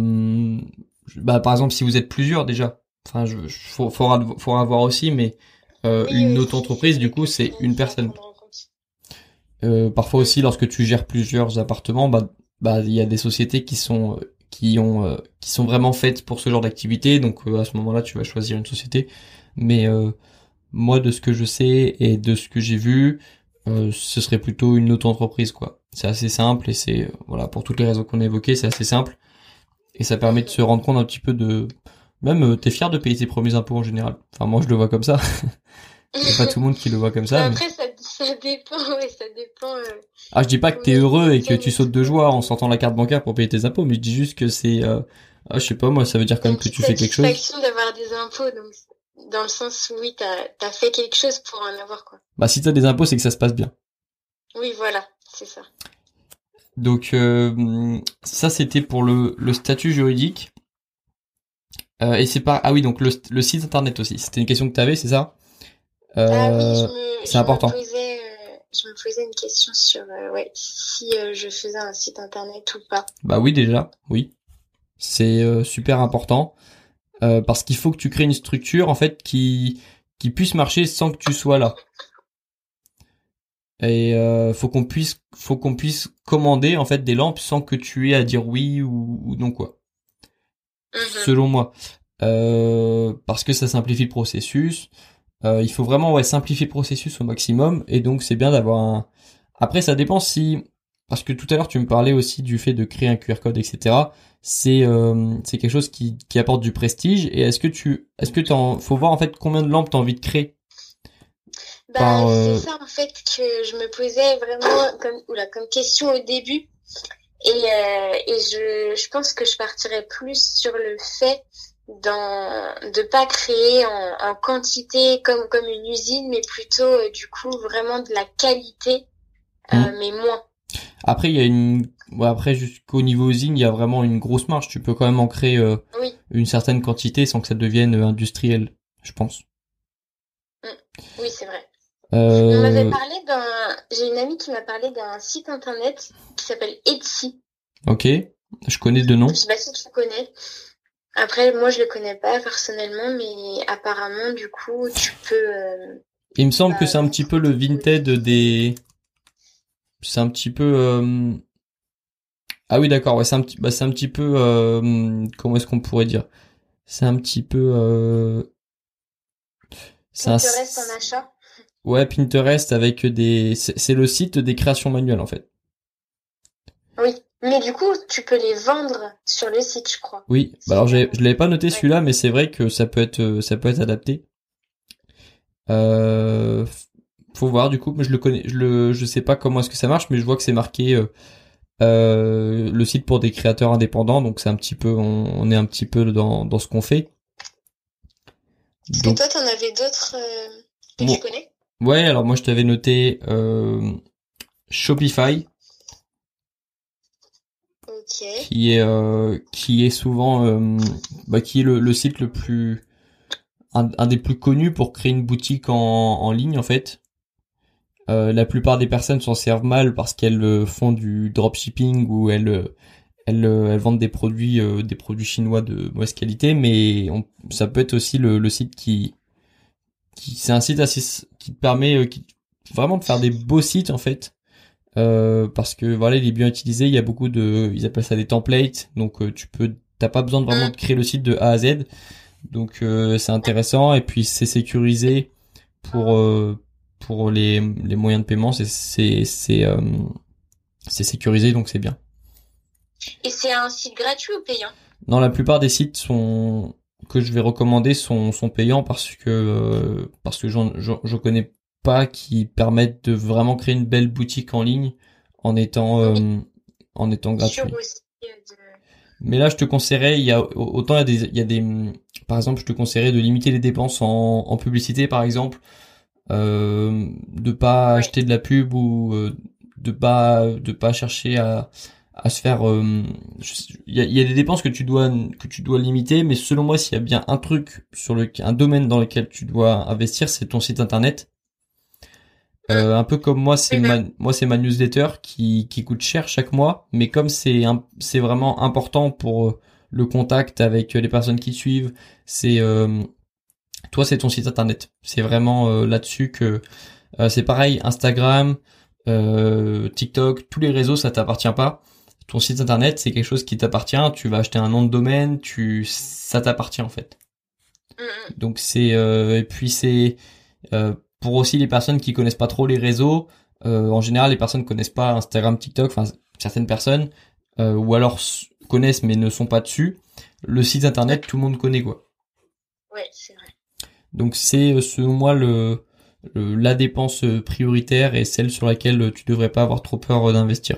si vous êtes plusieurs déjà, enfin, faudra voir aussi, mais une auto-entreprise, du coup, c'est une personne. Parfois aussi, lorsque tu gères plusieurs appartements, il y a des sociétés qui sont vraiment faites pour ce genre d'activité, donc à ce moment-là, tu vas choisir une société. Mais moi, de ce que je sais et de ce que j'ai vu, ce serait plutôt une auto-entreprise, quoi. C'est assez simple et c'est voilà, pour toutes les raisons qu'on a évoquées, c'est assez simple et ça permet de se rendre compte un petit peu de, même t'es fier de payer tes premiers impôts en général. Enfin, moi je le vois comme ça. C'est pas tout le monde qui le voit comme ça. Après, ça dépend, ouais, ça dépend. Ah, je dis pas que t'es heureux et que tu sautes de joie en sortant la carte bancaire pour payer tes impôts, mais je dis juste que c'est, je sais pas, moi, ça veut dire quand même que tu fais quelque chose. C'est une satisfaction d'avoir des impôts, donc, dans le sens où oui, t'as fait quelque chose pour en avoir, quoi. Si t'as des impôts, c'est que ça se passe bien. Oui, voilà, c'est ça. Donc, ça, c'était pour le statut juridique. Et c'est pas, ah oui, donc le site internet aussi. C'était une question que t'avais, c'est ça? C'est important. Je me posais une question sur si je faisais un site internet ou pas. Oui, déjà, oui. C'est super important parce qu'il faut que tu crées une structure en fait qui qui puisse marcher sans que tu sois là. Et faut qu'on puisse commander en fait des lampes sans que tu aies à dire oui ou non quoi. Selon moi, parce que ça simplifie le processus. Il faut vraiment simplifier le processus au maximum, et donc c'est bien d'avoir un. Après, ça dépend si, parce que tout à l'heure tu me parlais aussi du fait de créer un QR code, etc. C'est quelque chose qui apporte du prestige. Et faut voir en fait combien de lampes t'as envie de créer. C'est ça en fait que je me posais vraiment comme question au début, et je pense que je partirais plus sur le fait de pas créer en quantité comme une usine, mais plutôt du coup vraiment de la qualité, mais moins. Après après jusqu'au niveau usine, il y a vraiment une grosse marge. Tu peux quand même en créer une certaine quantité sans que ça devienne industriel, je pense. Oui, c'est vrai. On m'avait parlé j'ai une amie qui m'a parlé d'un site internet qui s'appelle Etsy. Ok, je connais de nom. Je sais pas si tu connais. Après, moi, je le connais pas personnellement, mais apparemment, du coup, tu peux. Il me semble que c'est un petit peu le Vinted des. C'est un petit peu. Ah oui, d'accord. Ouais, c'est un petit peu. Comment est-ce qu'on pourrait dire? C'est un petit peu. Pinterest en achat. Ouais, Pinterest avec des. C'est le site des créations manuelles en fait. Oui. Mais du coup, tu peux les vendre sur le site, je crois. Oui, alors je l'avais pas noté celui-là, mais c'est vrai que ça peut être adapté. Faut voir du coup, mais je le connais, je sais pas comment est-ce que ça marche, mais je vois que c'est marqué le site pour des créateurs indépendants, donc c'est un petit peu, on est un petit peu dans ce qu'on fait. Est-ce que toi, t'en avais d'autres que tu connais? Ouais, alors moi je t'avais noté Shopify. Okay. Qui est souvent qui est le site le plus un des plus connus pour créer une boutique en ligne en fait. La plupart des personnes s'en servent mal parce qu'elles font du dropshipping ou elles vendent des produits chinois de mauvaise qualité, mais ça peut être aussi le site qui c'est un site assez qui te permet vraiment de faire des beaux sites en fait. Parce que voilà, il est bien utilisé, il y a beaucoup ils appellent ça des templates, donc t'as pas besoin de vraiment de créer le site de A à Z, donc c'est intéressant, et puis c'est sécurisé pour les moyens de paiement, c'est sécurisé, donc c'est bien. Et c'est un site gratuit ou payant? Non, la plupart des sites que je vais recommander sont payants parce que je connais pas qui permettent de vraiment créer une belle boutique en ligne en étant gratuit. Mais là, je te conseillerais, il y a des, par exemple, je te conseillerais de limiter les dépenses en publicité, par exemple, de pas acheter de la pub ou de pas chercher à se faire. Il y a des dépenses que tu dois limiter, mais selon moi, s'il y a bien un truc un domaine dans lequel tu dois investir, c'est ton site internet. Un peu comme moi, c'est ma newsletter qui coûte cher chaque mois, mais comme c'est vraiment important pour le contact avec les personnes qui te suivent, toi c'est ton site internet. C'est vraiment là-dessus que c'est pareil, Instagram, TikTok, tous les réseaux, ça t'appartient pas. Ton site internet, c'est quelque chose qui t'appartient. Tu vas acheter un nom de domaine, ça t'appartient en fait. Donc et puis c'est pour aussi les personnes qui connaissent pas trop les réseaux, en général les personnes connaissent pas Instagram, TikTok, enfin certaines personnes, ou alors connaissent mais ne sont pas dessus. Le site internet, tout le monde connaît quoi. Ouais, c'est vrai. Donc c'est selon moi la dépense prioritaire et celle sur laquelle tu devrais pas avoir trop peur d'investir.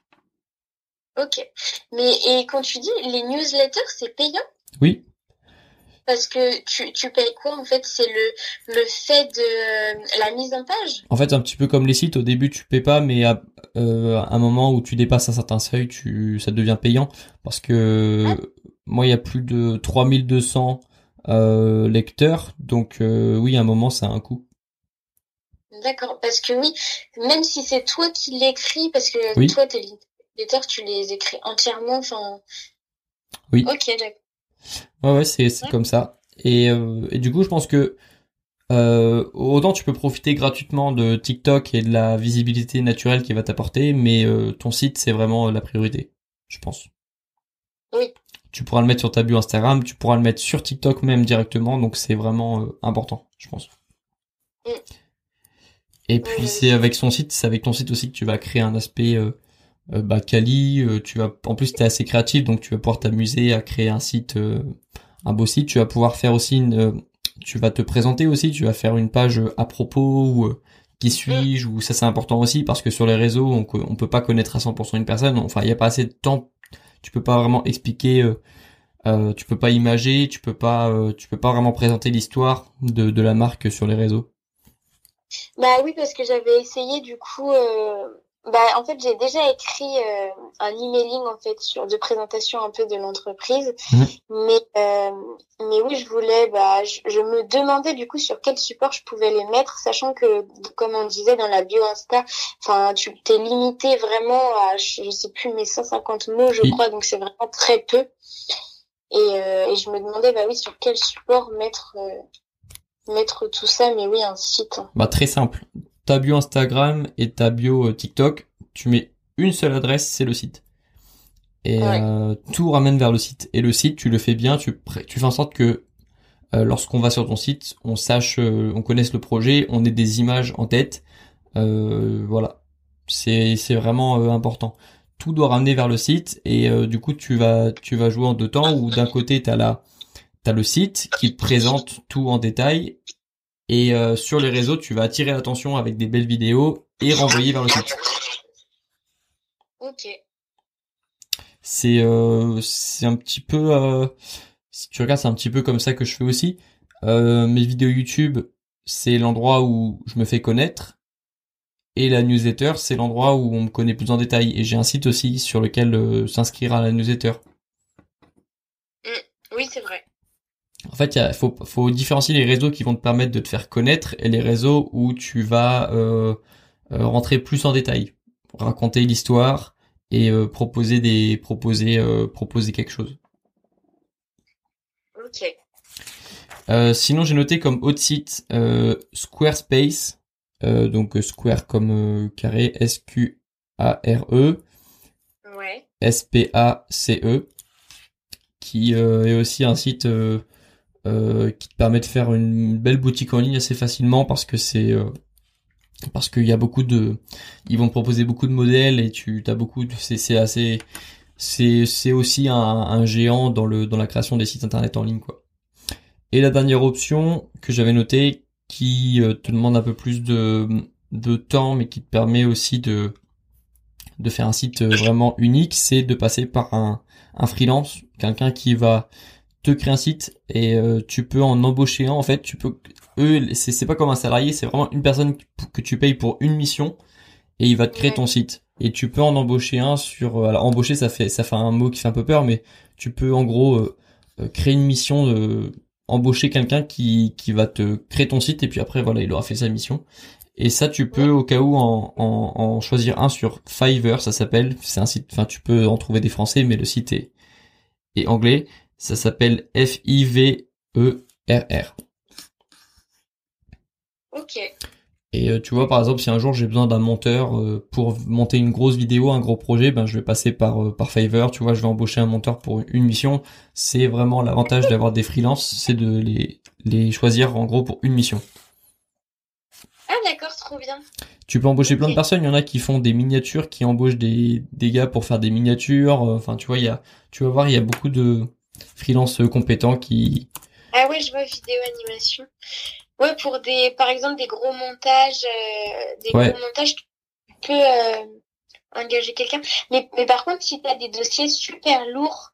Ok. Et quand tu dis les newsletters, c'est payant? Oui. Parce que tu payes quoi en fait? C'est le fait de la mise en page? En fait, un petit peu comme les sites, au début tu payes pas, mais à un moment où tu dépasses un certain seuil, ça devient payant. Parce que moi il y a plus de 3200 lecteurs, donc oui, à un moment ça a un coût. D'accord, parce que oui, même si c'est toi qui l'écris, parce que toi tes lecteurs tu les écris entièrement, enfin. Oui. Ok, d'accord. Ouais, c'est comme ça. Et du coup, je pense que Autant tu peux profiter gratuitement de TikTok et de la visibilité naturelle qu'il va t'apporter, mais ton site c'est vraiment la priorité, je pense. Oui. Tu pourras le mettre sur ta bio Instagram, tu pourras le mettre sur TikTok même directement, donc c'est vraiment important, je pense. Mm. Et puis c'est avec ton site aussi que tu vas créer un aspect quali. En plus t'es assez créatif, donc tu vas pouvoir t'amuser à créer un site, un beau site. Tu vas pouvoir faire aussi tu vas te présenter aussi, tu vas faire une page à propos ou qui suis-je, ou ça c'est important aussi parce que sur les réseaux on peut pas connaître à 100% une personne. Enfin il y a pas assez de temps, tu peux pas vraiment expliquer. Tu peux pas imager, tu peux pas vraiment présenter l'histoire de la marque sur les réseaux. Bah oui, parce que j'avais essayé du coup. En fait, j'ai déjà écrit un emailing en fait de présentation un peu de l'entreprise, mais oui, je voulais. Je me demandais du coup sur quel support je pouvais les mettre, sachant que comme on disait dans la bio Insta, enfin, tu t'es limité vraiment à je sais plus mais 150 mots, je crois, donc c'est vraiment très peu. Et je me demandais oui sur quel support mettre tout ça, mais oui, un site. Très simple. Ta bio Instagram et ta bio TikTok, tu mets une seule adresse, c'est le site. Et tout ramène vers le site. Et le site, tu le fais bien, tu fais en sorte que lorsqu'on va sur ton site, on sache, on connaisse le projet, on ait des images en tête. Voilà. C'est vraiment important. Tout doit ramener vers le site et du coup tu vas jouer en deux temps où d'un côté t'as le site qui te présente tout en détail et sur les réseaux tu vas attirer l'attention avec des belles vidéos et renvoyer vers le site. Ok. C'est un petit peu si tu regardes c'est un petit peu comme ça que je fais aussi. Mes vidéos YouTube c'est l'endroit où je me fais connaître. Et la newsletter, c'est l'endroit où on me connaît plus en détail. Et j'ai un site aussi sur lequel s'inscrire à la newsletter. Oui, c'est vrai. En fait, faut différencier les réseaux qui vont te permettre de te faire connaître et les réseaux où tu vas rentrer plus en détail, raconter l'histoire et proposer quelque chose. Ok. Sinon, j'ai noté comme autre site Squarespace. Donc Square comme carré, S-Q-A-R-E, ouais. S-P-A-C-E, qui est aussi un site qui te permet de faire une belle boutique en ligne assez facilement parce que parce qu'il y a ils vont te proposer beaucoup de modèles et c'est aussi un géant dans la création des sites internet en ligne quoi. Et la dernière option que j'avais notée qui te demande un peu plus de temps mais qui te permet aussi de faire un site vraiment unique, c'est de passer par un freelance, quelqu'un qui va te créer un site et tu peux en embaucher un en fait, c'est pas comme un salarié, c'est vraiment une personne que tu payes pour une mission et il va te créer ton site et tu peux en embaucher un alors embaucher ça fait un mot qui fait un peu peur mais tu peux en gros créer une mission embaucher quelqu'un qui va te créer ton site et puis après voilà il aura fait sa mission et ça tu peux au cas où en choisir un sur Fiverr ça s'appelle, c'est un site, enfin tu peux en trouver des français mais le site est anglais, ça s'appelle Fiverr. Ok. Et tu vois par exemple si un jour j'ai besoin d'un monteur pour monter une grosse vidéo, un gros projet, je vais passer par Fiverr, tu vois, je vais embaucher un monteur pour une mission. C'est vraiment l'avantage d'avoir des freelances, c'est de les choisir en gros pour une mission. Ah d'accord, trop bien. Tu peux embaucher plein de personnes, il y en a qui font des miniatures, qui embauchent des gars pour faire des miniatures, enfin tu vois, tu vas voir, il y a beaucoup de freelances compétents qui... Ah ouais, je vois vidéo animation. Ouais, pour par exemple des gros montages, gros montages, tu peux engager quelqu'un. Mais par contre, si t'as des dossiers super lourds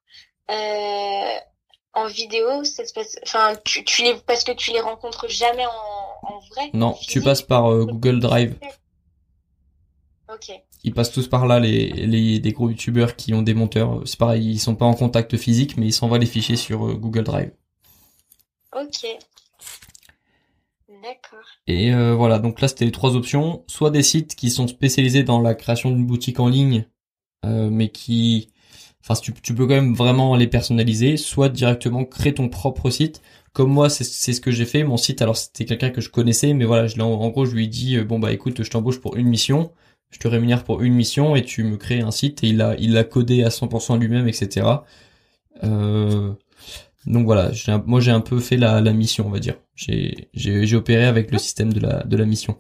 en vidéo, ça se passe. Enfin, parce que tu les rencontres jamais en vrai. Non, tu passes par Google Drive. Ok. Ils passent tous par là, des gros youtubeurs qui ont des monteurs. C'est pareil, ils sont pas en contact physique, mais ils s'envoient les fichiers sur Google Drive. Ok. D'accord. Et voilà, donc là c'était les trois options. Soit des sites qui sont spécialisés dans la création d'une boutique en ligne, mais tu peux quand même vraiment les personnaliser. Soit directement créer ton propre site, comme moi, c'est ce que j'ai fait. Mon site, alors c'était quelqu'un que je connaissais, mais voilà, en gros, je lui ai dit, bon bah écoute, je t'embauche pour une mission, je te rémunère pour une mission et tu me crées un site. Et il l'a codé à 100% lui-même, etc. Donc voilà, moi j'ai un peu fait la mission, on va dire. J'ai opéré avec le système de la mission.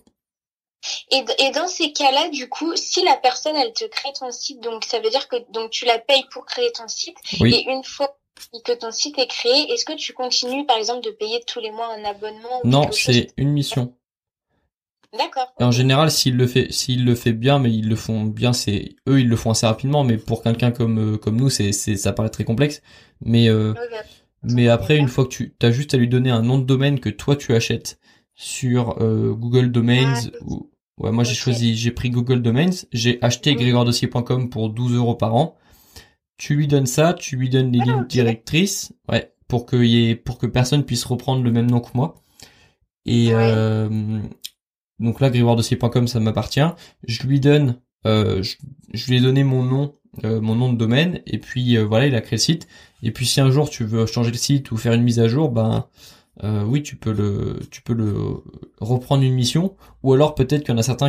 Et dans ces cas-là, du coup, si la personne, elle te crée ton site, donc ça veut dire que donc tu la payes pour créer ton site, Oui. et une fois que ton site est créé, est-ce que tu continues, par exemple, de payer tous les mois un abonnement ou Non, quelque chose? c'est une mission. D'accord. Et en Ok. général, s'il le fait bien, mais ils le font bien, eux, ils le font assez rapidement, mais pour quelqu'un comme nous, ça paraît très complexe. Mais, Ok. mais après, une fois que t'as juste à lui donner un nom de domaine que toi tu achètes sur, Google Domains, Ah, ouais, moi ok. j'ai pris Google Domains, j'ai acheté Mhm. grégoiredossier.com pour 12 euros par an. Tu lui donnes ça, tu lui donnes les Ah, lignes ok. directrices, ouais, pour que personne puisse reprendre le même nom que moi. Et, Ouais. donc là, grégoiredossier.com, ça m'appartient. Je lui donne, je lui ai donné mon nom de domaine, et puis voilà, il a créé le site. Et puis si un jour tu veux changer le site ou faire une mise à jour, ben oui, tu peux le reprendre une mission. Ou alors peut-être qu'il y en a certains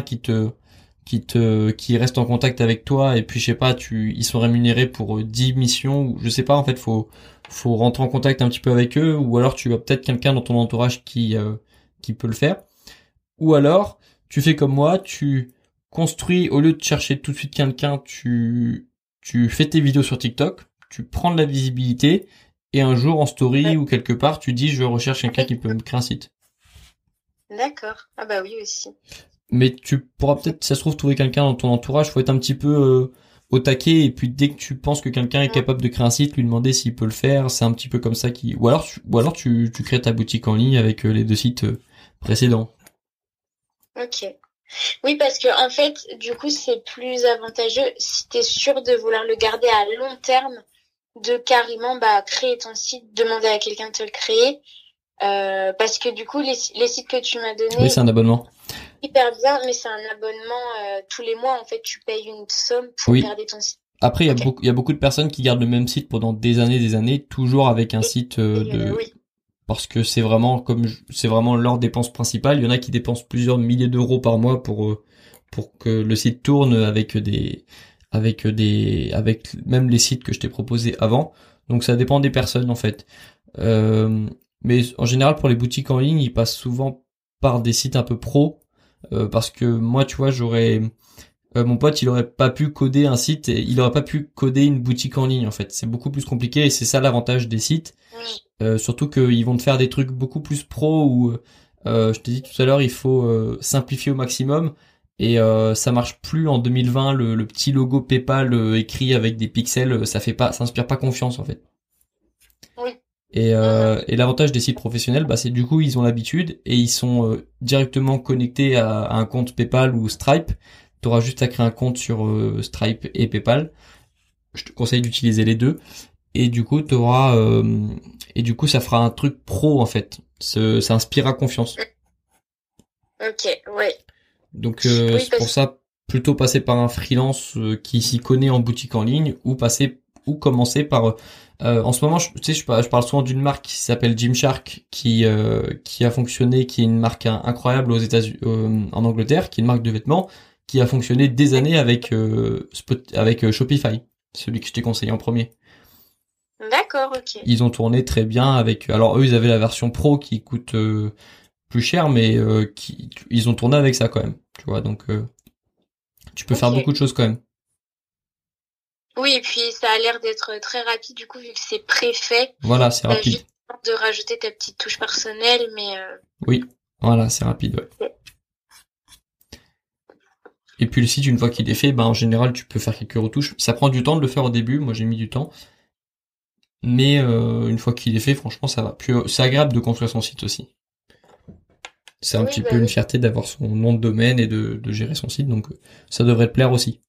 qui restent en contact avec toi, et puis je sais pas, ils sont rémunérés pour 10 missions, ou je sais pas, en fait, faut rentrer en contact un petit peu avec eux, ou alors tu as peut-être quelqu'un dans ton entourage qui peut le faire. Ou alors, tu fais comme moi, tu construis, au lieu de chercher tout de suite quelqu'un, tu fais tes vidéos sur TikTok, tu prends de la visibilité, et un jour en story Ouais. ou quelque part, tu dis je recherche quelqu'un qui peut me créer un site. D'accord. Ah bah oui aussi. Mais tu pourras peut-être, si ça se trouve, trouver quelqu'un dans ton entourage, faut être un petit peu au taquet, et puis dès que tu penses que quelqu'un est Ouais. capable de créer un site, lui demander s'il peut le faire, c'est un petit peu comme ça ou alors tu crées ta boutique en ligne avec les deux sites précédents. Ok. Oui, parce que en fait, du coup, c'est plus avantageux si tu es sûr de vouloir le garder à long terme, de carrément bah, créer ton site, demander à quelqu'un de te le créer. Parce que du coup, les sites que tu m'as Oui, donnés, c'est un abonnement. hyper bien, mais c'est un abonnement tous les mois. En fait, tu payes une somme pour Oui. garder ton site. Après, Ok. il y a beaucoup de personnes qui gardent le même site pendant des années, toujours avec un site Oui. parce que c'est vraiment leur dépense principale. Il y en a qui dépensent plusieurs milliers d'euros par mois pour que le site tourne avec même les sites que je t'ai proposés avant. Donc ça dépend des personnes en fait. Mais en général, pour les boutiques en ligne, ils passent souvent par des sites un peu pro, parce que moi, tu vois, mon pote, il aurait pas pu coder un site, et il aurait pas pu coder une boutique en ligne en fait. C'est beaucoup plus compliqué, et c'est ça l'avantage des sites. Surtout qu'ils vont te faire des trucs beaucoup plus pro, où je t'ai dit tout à l'heure, il faut simplifier au maximum, et ça marche plus en 2020, le petit logo PayPal écrit avec des pixels, ça inspire pas confiance en fait. Oui. Et l'avantage des sites professionnels, bah c'est du coup ils ont l'habitude, et ils sont directement connectés à un compte PayPal ou Stripe. T'auras juste à créer un compte sur Stripe et PayPal. Je te conseille d'utiliser les deux. Et du coup ça fera un truc pro en fait. Ça inspirera confiance. Ok, ouais. Donc Oui, c'est pour ça, plutôt passer par un freelance qui s'y connaît en boutique en ligne, ou commencer par en ce moment, je parle souvent d'une marque qui s'appelle Gymshark, qui a fonctionné, qui est une marque incroyable aux États-Unis, en Angleterre, qui est une marque de vêtements, qui a fonctionné des années avec Shopify, celui que je t'ai conseillé en premier. D'accord, ok. Ils ont tourné très bien avec. Alors eux, ils avaient la version pro qui coûte plus cher, mais ils ont tourné avec ça quand même. Tu vois, donc tu peux faire Ok. beaucoup de choses quand même. Oui, et puis ça a l'air d'être très rapide, du coup, vu que c'est préfet. Voilà, c'est T'as rapide. juste de rajouter ta petite touche personnelle, mais Oui, voilà, c'est rapide, ouais. Et puis le site, une fois qu'il est fait, ben en général, tu peux faire quelques retouches. Ça prend du temps de le faire au début. Moi, j'ai mis du temps. Mais une fois qu'il est fait, franchement, ça va. Puis c'est agréable de construire son site aussi. C'est un oui, petit bah peu une oui. fierté d'avoir son nom de domaine et de gérer son site, donc ça devrait te plaire aussi.